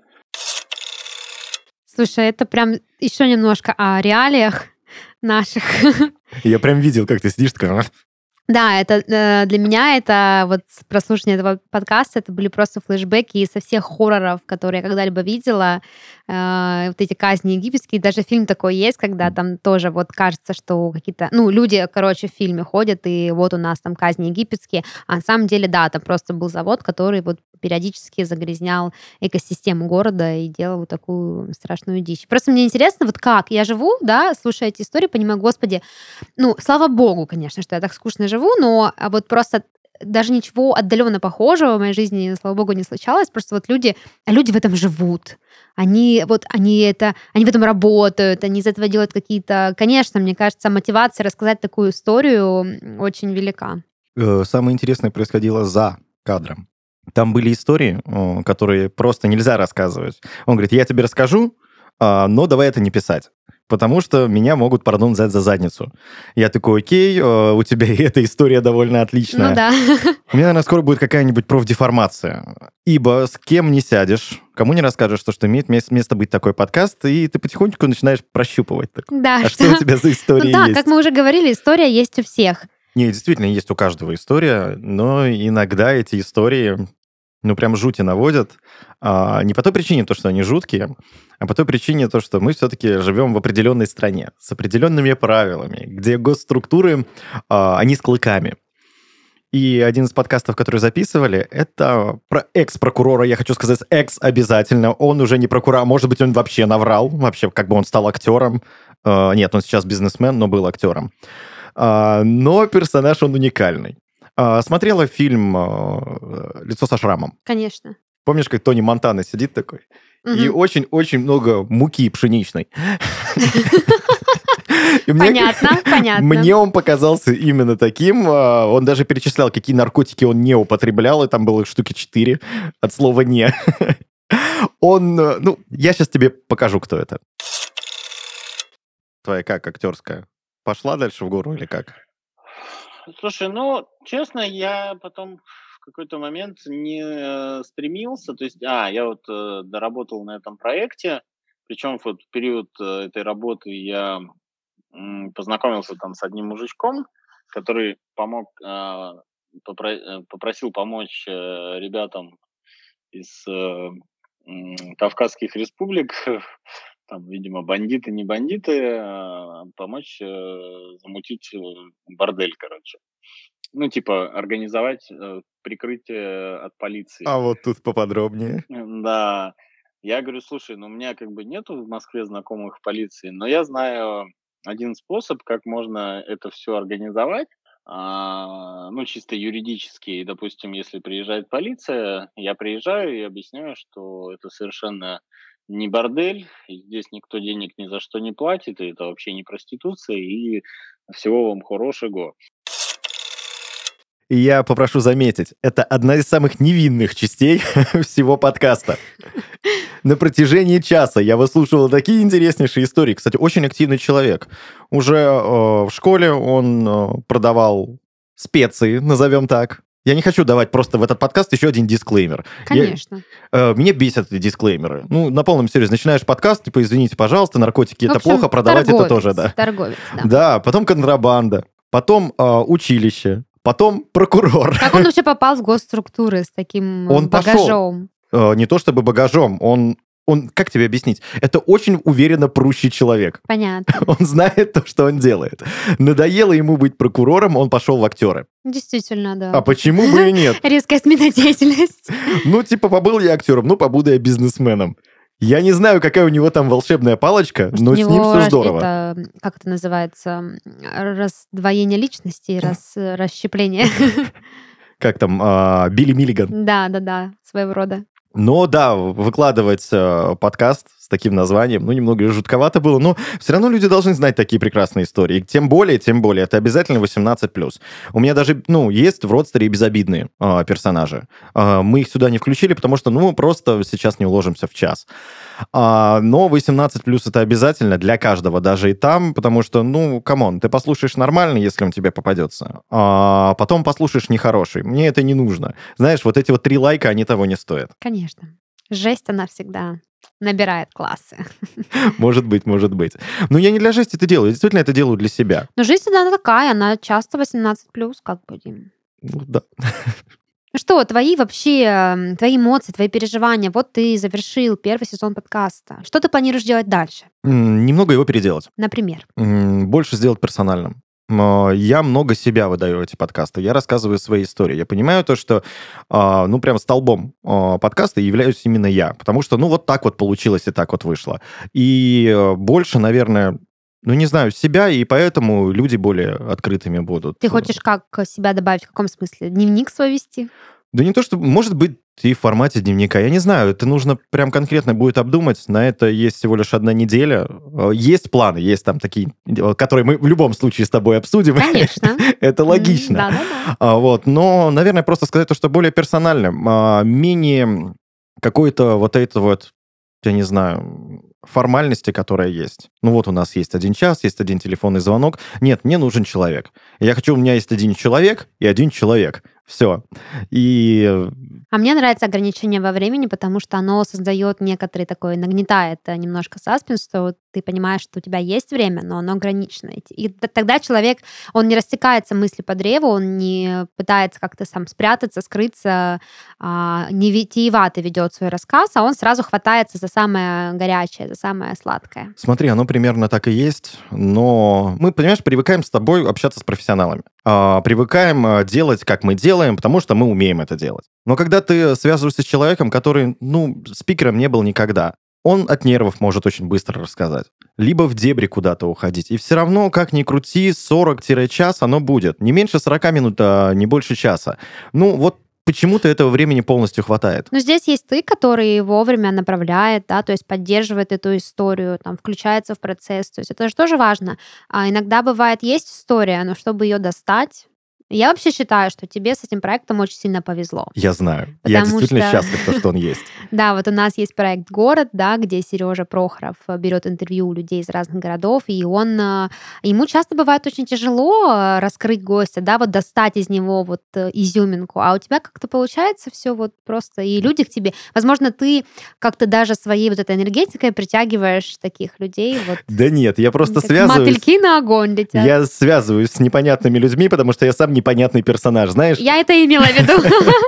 Слушай, это прям еще немножко о реалиях наших. Я прям видел, как ты сидишь, такая... Да, это э, для меня это вот прослушивание этого подкаста, это были просто флешбеки со всех хорроров, которые я когда-либо видела, э, вот эти казни египетские, даже фильм такой есть, когда там тоже вот кажется, что какие-то, ну, люди, короче, в фильме ходят, и вот у нас там казни египетские, а на самом деле, да, там просто был завод, который вот периодически загрязнял экосистему города и делал вот такую страшную дичь. Просто мне интересно, вот как я живу, да, слушая эти истории, понимаю, господи, ну, слава богу, конечно, что я так скучно живу, но вот просто даже ничего отдаленно похожего в моей жизни, слава богу, не случалось. Просто вот люди, люди в этом живут. Они вот они это, они в этом работают, они из этого делают какие-то... Конечно, мне кажется, мотивация рассказать такую историю очень велика. Самое интересное происходило за кадром. Там были истории, которые просто нельзя рассказывать. Он говорит, я тебе расскажу, но давай это не писать. Потому что меня могут, пардон, взять за задницу. Я такой, окей, у тебя и эта история довольно отличная. Ну да. У меня, наверное, скоро будет какая-нибудь профдеформация. Ибо с кем не сядешь, кому не расскажешь, то, что имеет место быть такой подкаст, и ты потихонечку начинаешь прощупывать. Так, да, а что? что у тебя за история ну, да, есть? Как мы уже говорили, история есть у всех. Не, действительно, есть у каждого история, но иногда эти истории, ну, прям жути наводят. А, не по той причине, то, что они жуткие, а по той причине, то, что мы все-таки живем в определенной стране с определенными правилами, где госструктуры, а, они с клыками. И один из подкастов, который записывали, это про экс-прокурора, я хочу сказать, экс обязательно. Он уже не прокурор, а может быть, он вообще наврал, вообще, как бы он стал актером. А, нет, он сейчас бизнесмен, но был актером. А, но персонаж, он уникальный. А, смотрела фильм «Лицо со шрамом». Конечно. Помнишь, как Тони Монтана сидит такой? Угу. И очень-очень много муки пшеничной. Понятно, понятно. Мне он показался именно таким. Он даже перечислял, какие наркотики он не употреблял, и там было штуки четыре от слова «не». Он, ну, я сейчас тебе покажу, кто это. Твоя как актерская? Пошла дальше в гору или как? Слушай, ну, честно, я потом в какой-то момент не э, стремился. То есть, а, я вот э, доработал на этом проекте, причем вот в период э, этой работы я э, познакомился там с одним мужичком, который помог, э, попро- попросил помочь э, ребятам из э, э, Кавказских республик, там, видимо, бандиты, не бандиты, а помочь э, замутить бордель, короче. Ну, типа, организовать э, прикрытие от полиции. А вот тут поподробнее. Да. Я говорю, слушай, ну, у меня как бы нету в Москве знакомых в полиции, но я знаю один способ, как можно это все организовать. А, ну, чисто юридически. И, допустим, если приезжает полиция, я приезжаю и объясняю, что это совершенно не бордель, и здесь никто денег ни за что не платит, и это вообще не проституция, и всего вам хорошего. И я попрошу заметить, это одна из самых невинных частей всего подкаста. На протяжении часа я выслушивал такие интереснейшие истории. Кстати, очень активный человек. Уже э, в школе он э, продавал специи, назовем так. Я не хочу давать просто в этот подкаст еще один дисклеймер. Конечно. Я, э, меня бесят эти дисклеймеры. Ну, на полном серьезе. Начинаешь подкаст, типа, извините, пожалуйста, наркотики это плохо, продавать торговец, это тоже, да. Торговец, да. Да, потом контрабанда, потом э, училище, потом прокурор. Как он вообще попал в госструктуры с таким он багажом? Пошел, э, не то чтобы багажом, он... Он, как тебе объяснить? Это очень уверенно прущий человек. Понятно. Он знает то, что он делает. Надоело ему быть прокурором, он пошел в актеры. Действительно, да. А почему бы и нет? Резкая смена деятельности. Ну, типа, побыл я актером, ну, побуду я бизнесменом. Я не знаю, какая у него там волшебная палочка, Может, но у с него ним все здорово. Это, как это называется, раздвоение личности, рас, расщепление. Как там, а, Билли Миллиган. Да, да, да, своего рода. Но да, выкладывать э, подкаст с таким названием, ну, немного жутковато было, но все равно люди должны знать такие прекрасные истории. Тем более, тем более, это обязательно восемнадцать плюс. У меня даже, ну, есть в родстере безобидные э, персонажи. Э, мы их сюда не включили, потому что, ну, просто сейчас не уложимся в час. А, но восемнадцать плюс это обязательно для каждого, даже и там, потому что, ну, камон, ты послушаешь нормально, если он тебе попадется, а потом послушаешь нехороший. Мне это не нужно. Знаешь, вот эти вот три лайка, они того не стоят. Конечно. Жесть, она всегда набирает классы. Может быть, может быть. Но я не для жести это делаю, я действительно это делаю для себя. Но жизнь всегда она такая, она часто восемнадцать плюс, как бы, Дим. Ну, да. Ну что, твои вообще, твои эмоции, твои переживания, вот ты завершил первый сезон подкаста. Что ты планируешь делать дальше? М, Немного его переделать. Например? М, Больше сделать персональным. Но я много себя выдаю в эти подкасты. Я рассказываю свои истории. Я понимаю то, что, а, ну, прям столбом а, подкаста являюсь именно я. Потому что, ну, вот так вот получилось и так вот вышло. И э, больше, наверное, ну, не знаю, себя, и поэтому люди более открытыми будут. Ты хочешь как себя добавить? В каком смысле? Дневник свой вести? Да не то, что... Может быть, и в формате дневника. Я не знаю, это нужно прям конкретно будет обдумать. На это есть всего лишь одна неделя. Есть планы, есть там такие, которые мы в любом случае с тобой обсудим. Конечно. Это логично. Да-да-да. Вот. Но, наверное, просто сказать то, что более персонально, менее какой-то вот это вот, я не знаю, формальности, которая есть. Ну вот у нас есть один час, есть один телефонный звонок. Нет, мне нужен человек. Я хочу, у меня есть один человек и один человек. Все. И... А мне нравится ограничение во времени, потому что оно создает некоторый такой, нагнетает немножко саспенс, что вот ты понимаешь, что у тебя есть время, но оно ограничено. И тогда человек, он не растекается мысли по древу, он не пытается как-то сам спрятаться, скрыться, не витиевато ведет свой рассказ, а он сразу хватается за самое горячее, за самое сладкое. Смотри, оно примерно так и есть, но мы, понимаешь, привыкаем с тобой общаться с профессионалами. Привыкаем делать, как мы делаем, потому что мы умеем это делать. Но когда ты связываешься с человеком, который, ну, спикером не был никогда, он от нервов может очень быстро рассказать. Либо в дебри куда-то уходить. И все равно, как ни крути, сорок-час оно будет. Не меньше сорок минут, а не больше часа. Ну, вот почему-то этого времени полностью хватает. Но здесь есть ты, который вовремя направляет, да, то есть поддерживает эту историю, там, включается в процесс. То есть это же тоже важно. А иногда бывает, есть история, но чтобы ее достать... Я вообще считаю, что тебе с этим проектом очень сильно повезло. Я знаю. Я действительно что... счастлив, то, что он есть. Да, вот у нас есть проект «Город», да, где Сережа Прохоров берет интервью у людей из разных городов, и он... Ему часто бывает очень тяжело раскрыть гостя, да, вот достать из него вот изюминку, а у тебя как-то получается все вот просто, и люди к тебе... Возможно, ты как-то даже своей вот этой энергетикой притягиваешь таких людей. Вот, да нет, я просто как связываюсь... мотыльки на огонь летят. Я связываюсь с непонятными людьми, потому что я сам не непонятный персонаж, знаешь? Я это имела в виду.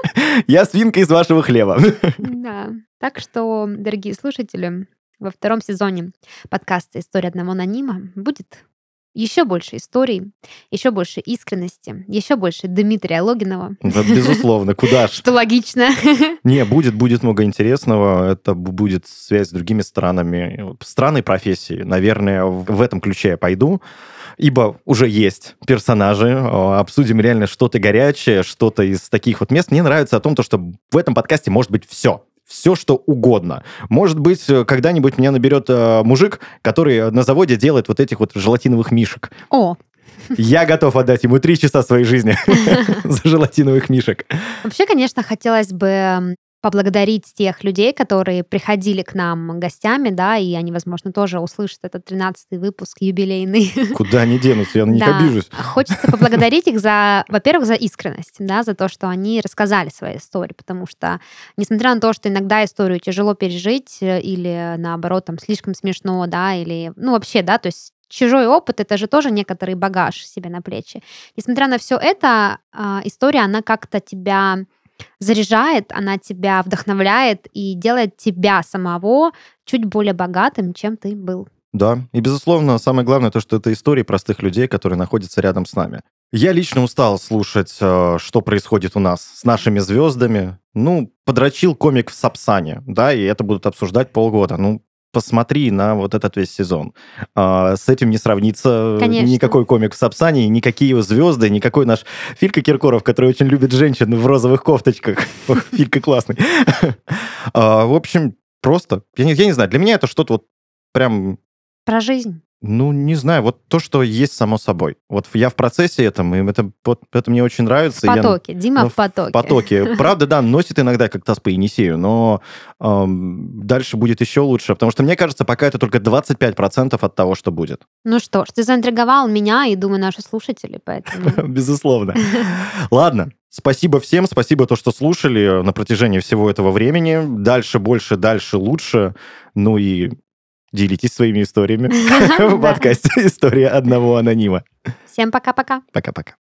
Я свинка из вашего хлеба. Да. Так что, дорогие слушатели, во втором сезоне подкаста «История одного анонима» будет еще больше историй, еще больше искренности, еще больше Дмитрия Логинова. Да, безусловно, куда ж. Что логично. Не, будет, будет много интересного. Это будет связь с другими странами, страны, профессии. Наверное, в этом ключе я пойду. Ибо уже есть персонажи, обсудим реально что-то горячее, что-то из таких вот мест. Мне нравится о том, что в этом подкасте может быть все. все, что угодно. Может быть, когда-нибудь меня наберет э, мужик, который на заводе делает вот этих вот желатиновых мишек. О, Я готов отдать ему три часа своей жизни за желатиновых мишек. вообще, конечно, хотелось бы поблагодарить тех людей, которые приходили к нам гостями, да, и они, возможно, тоже услышат этот тринадцатый выпуск юбилейный. Куда они денутся? Я на них Да. обижусь. Хочется поблагодарить их за, во-первых, за искренность, да, за то, что они рассказали свои истории, потому что, несмотря на то, что иногда историю тяжело пережить э, или, наоборот, там, слишком смешно, да, или, ну, вообще, да, то есть чужой опыт — это же тоже некоторый багаж себе на плечи. Несмотря на все это, а, история, она как-то тебя заряжает, она тебя вдохновляет и делает тебя самого чуть более богатым, чем ты был. Да, и, безусловно, самое главное то, что это истории простых людей, которые находятся рядом с нами. Я лично устал слушать, э, что происходит у нас с нашими звездами. Ну, подрочил комик в Сапсане, да, и это будут обсуждать полгода. Ну, посмотри на вот этот весь сезон. А, с этим не сравнится Конечно. никакой комик в Сапсане, никакие его звезды, никакой наш Филька Киркоров, который очень любит женщин в розовых кофточках. Ох, Филька классный. А, В общем, просто, я не я не знаю, для меня это что-то вот прям, Про жизнь. ну, не знаю, вот то, что есть само собой. Вот я в процессе этом, и это, вот, это мне очень В нравится. и я- потоке. Дима ну, в потоке. В потоке. Правда, да, носит иногда как таз по Енисею, но эм, дальше будет еще лучше, потому что, мне кажется, пока это только двадцать пять процентов от того, что будет. Ну что ж, ты заинтриговал меня и, думаю, наши слушатели, поэтому... Безусловно. Ладно. Спасибо всем, спасибо то, что слушали на протяжении всего этого времени. Дальше, больше, дальше, лучше. Ну и делитесь своими историями в Да. подкасте «История одного анонима». Всем пока-пока. Пока-пока.